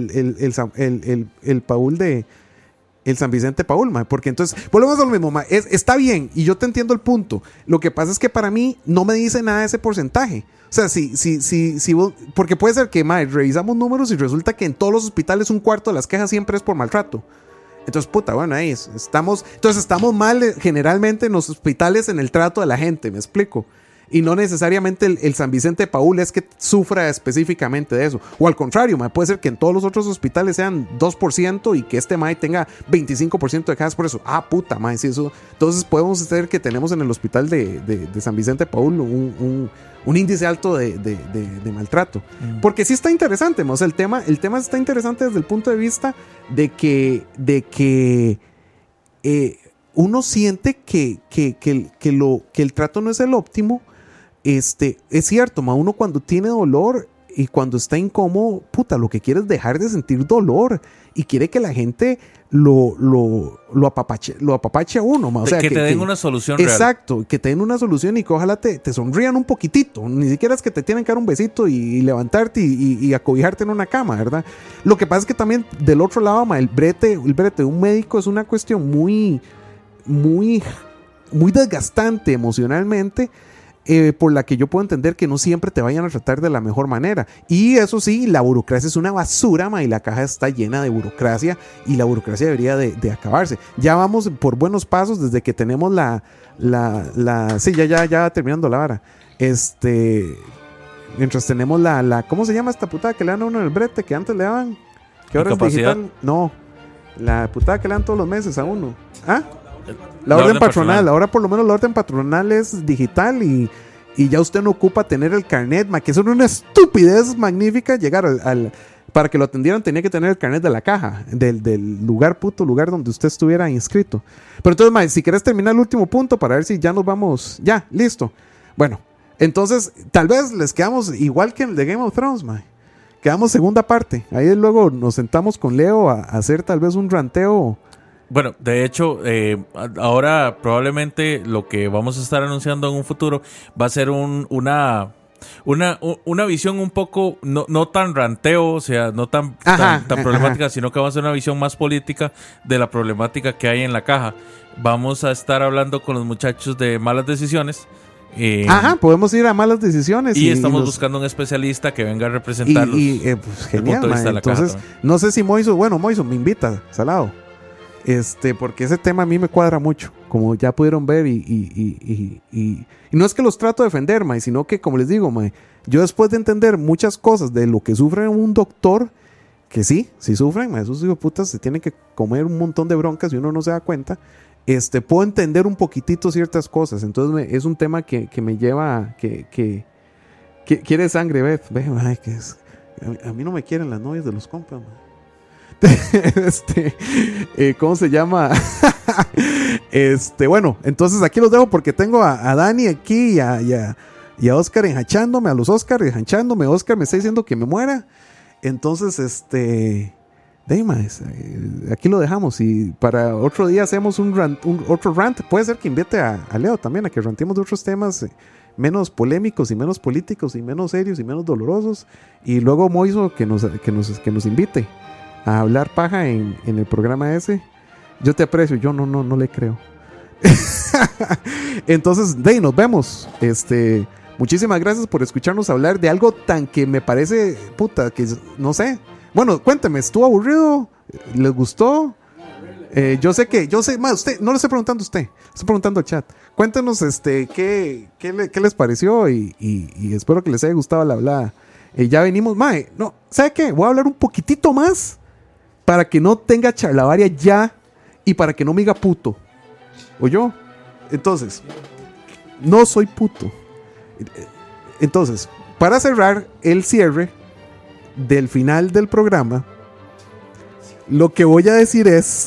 el Paúl de... El San Vicente Paúl, mae, porque entonces volvemos a lo mismo, mae, está bien y yo te entiendo el punto. Lo que pasa es que para mí no me dice nada de ese porcentaje. O sea, si vos, porque puede ser que, mae, revisamos números y resulta que en todos los hospitales un cuarto de las quejas siempre es por maltrato. Entonces, puta, bueno, ahí estamos mal generalmente en los hospitales en el trato de la gente, ¿me explico? Y no necesariamente el San Vicente de Paúl es que sufra específicamente de eso. O al contrario, mae, puede ser que en todos los otros hospitales sean 2% y que este mae tenga 25% de quejas por eso. Ah, puta, mae, sí, eso. Entonces podemos hacer que tenemos en el hospital de San Vicente de Paúl un índice alto de maltrato. Porque sí está interesante, mae. O sea, el tema está interesante desde el punto de vista de que uno siente que el trato no es el óptimo. Es cierto, ma, uno cuando tiene dolor y cuando está incómodo, puta, lo que quiere es dejar de sentir dolor y quiere que la gente lo apapache a uno, ma. O sea, que te den una solución real. Exacto, que te den una solución y que ojalá te sonrían un poquitito. Ni siquiera es que te tienen que dar un besito y levantarte y acobijarte en una cama, ¿verdad? Lo que pasa es que también del otro lado, ma, el brete de un médico es una cuestión muy desgastante emocionalmente. Por la que yo puedo entender que no siempre te vayan a tratar de la mejor manera. Y eso sí, la burocracia es una basura, ma, y la caja está llena de burocracia y la burocracia debería de acabarse. Ya vamos por buenos pasos desde que tenemos sí, ya terminando la vara. Mientras tenemos ¿cómo se llama esta putada que le dan a uno en el brete que antes le daban? Que ahora es digital. No, la putada que le dan todos los meses a uno. ¿Ah? La orden patronal. Ahora por lo menos la orden patronal es digital y ya usted no ocupa tener el carnet, ma, que eso era una estupidez magnífica. Llegar para que lo atendieran tenía que tener el carnet de la caja, del lugar donde usted estuviera inscrito. Pero entonces, ma, si quieres terminar el último punto para ver si ya nos vamos, ya, listo. Bueno, entonces tal vez les quedamos igual que el de Game of Thrones, ma. Quedamos segunda parte. Ahí luego nos sentamos con Leo a hacer tal vez un ranteo. Bueno, de hecho, ahora probablemente lo que vamos a estar anunciando en un futuro va a ser una una visión un poco, no tan ranteo, o sea, no tan problemática, sino que vamos a hacer una visión más política de la problemática que hay en la caja. Vamos a estar hablando con los muchachos de Malas Decisiones. Podemos ir a Malas Decisiones. Y estamos buscando un especialista que venga a representarlos. Pues genial, entonces, no sé si Moiso me invita, salado. Porque ese tema a mí me cuadra mucho, como ya pudieron ver, y no es que los trato de defender, mae, sino que, como les digo, mae, yo después de entender muchas cosas de lo que sufre un doctor, que sí sufren, mae, esos hijos de putas se tienen que comer un montón de broncas y uno no se da cuenta, puedo entender un poquitito ciertas cosas. Entonces es un tema que me lleva a que quiere sangre, Beth, ay, que es, a mí no me quieren las novias de los compas, mae. ¿Cómo se llama? Bueno, entonces aquí los dejo porque tengo a Dani aquí y a Oscar enjanchándome, a los Oscar enjanchándome. Oscar me está diciendo que me muera. Entonces, aquí lo dejamos y para otro día hacemos otro rant. Puede ser que invite a Leo también a que rantemos de otros temas menos polémicos y menos políticos y menos serios y menos dolorosos, y luego Moiso que nos invite a hablar paja en el programa ese. Yo te aprecio, yo no le creo. Entonces, nos vemos. Muchísimas gracias por escucharnos hablar de algo tan que me parece, puta, que no sé. Bueno, cuéntame, ¿estuvo aburrido? ¿Les gustó? Yo sé, más, usted, no le estoy preguntando a usted, estoy preguntando al chat. Cuéntenos, qué les pareció y espero que les haya gustado la hablada. Ya venimos, mae, no, ¿sabe qué? Voy a hablar un poquitito más para que no tenga charlavaria ya y para que no me diga puto. ¿Oyó? Entonces, no soy puto. Entonces, para cerrar el cierre del final del programa, lo que voy a decir es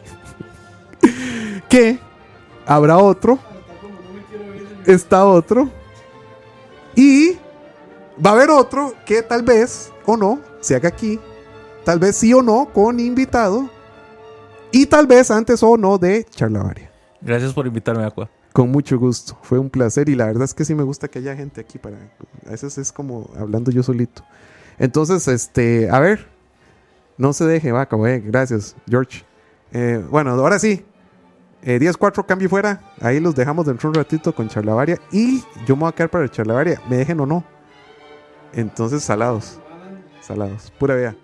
que habrá otro, está otro, y va a haber otro que tal vez o no se haga aquí, tal vez sí o no con invitado, y tal vez antes o no de charlavaria. Gracias por invitarme, Aqua. Con mucho gusto, fue un placer y la verdad es que sí me gusta que haya gente aquí para, a veces es como hablando yo solito. Entonces, a ver, no se deje, vaca, gracias, George. Bueno, ahora sí, 10-4, cambio fuera, ahí los dejamos dentro un ratito con charlavaria y yo me voy a quedar para el charlavaria, me dejen o no. Entonces, salados, pura vida.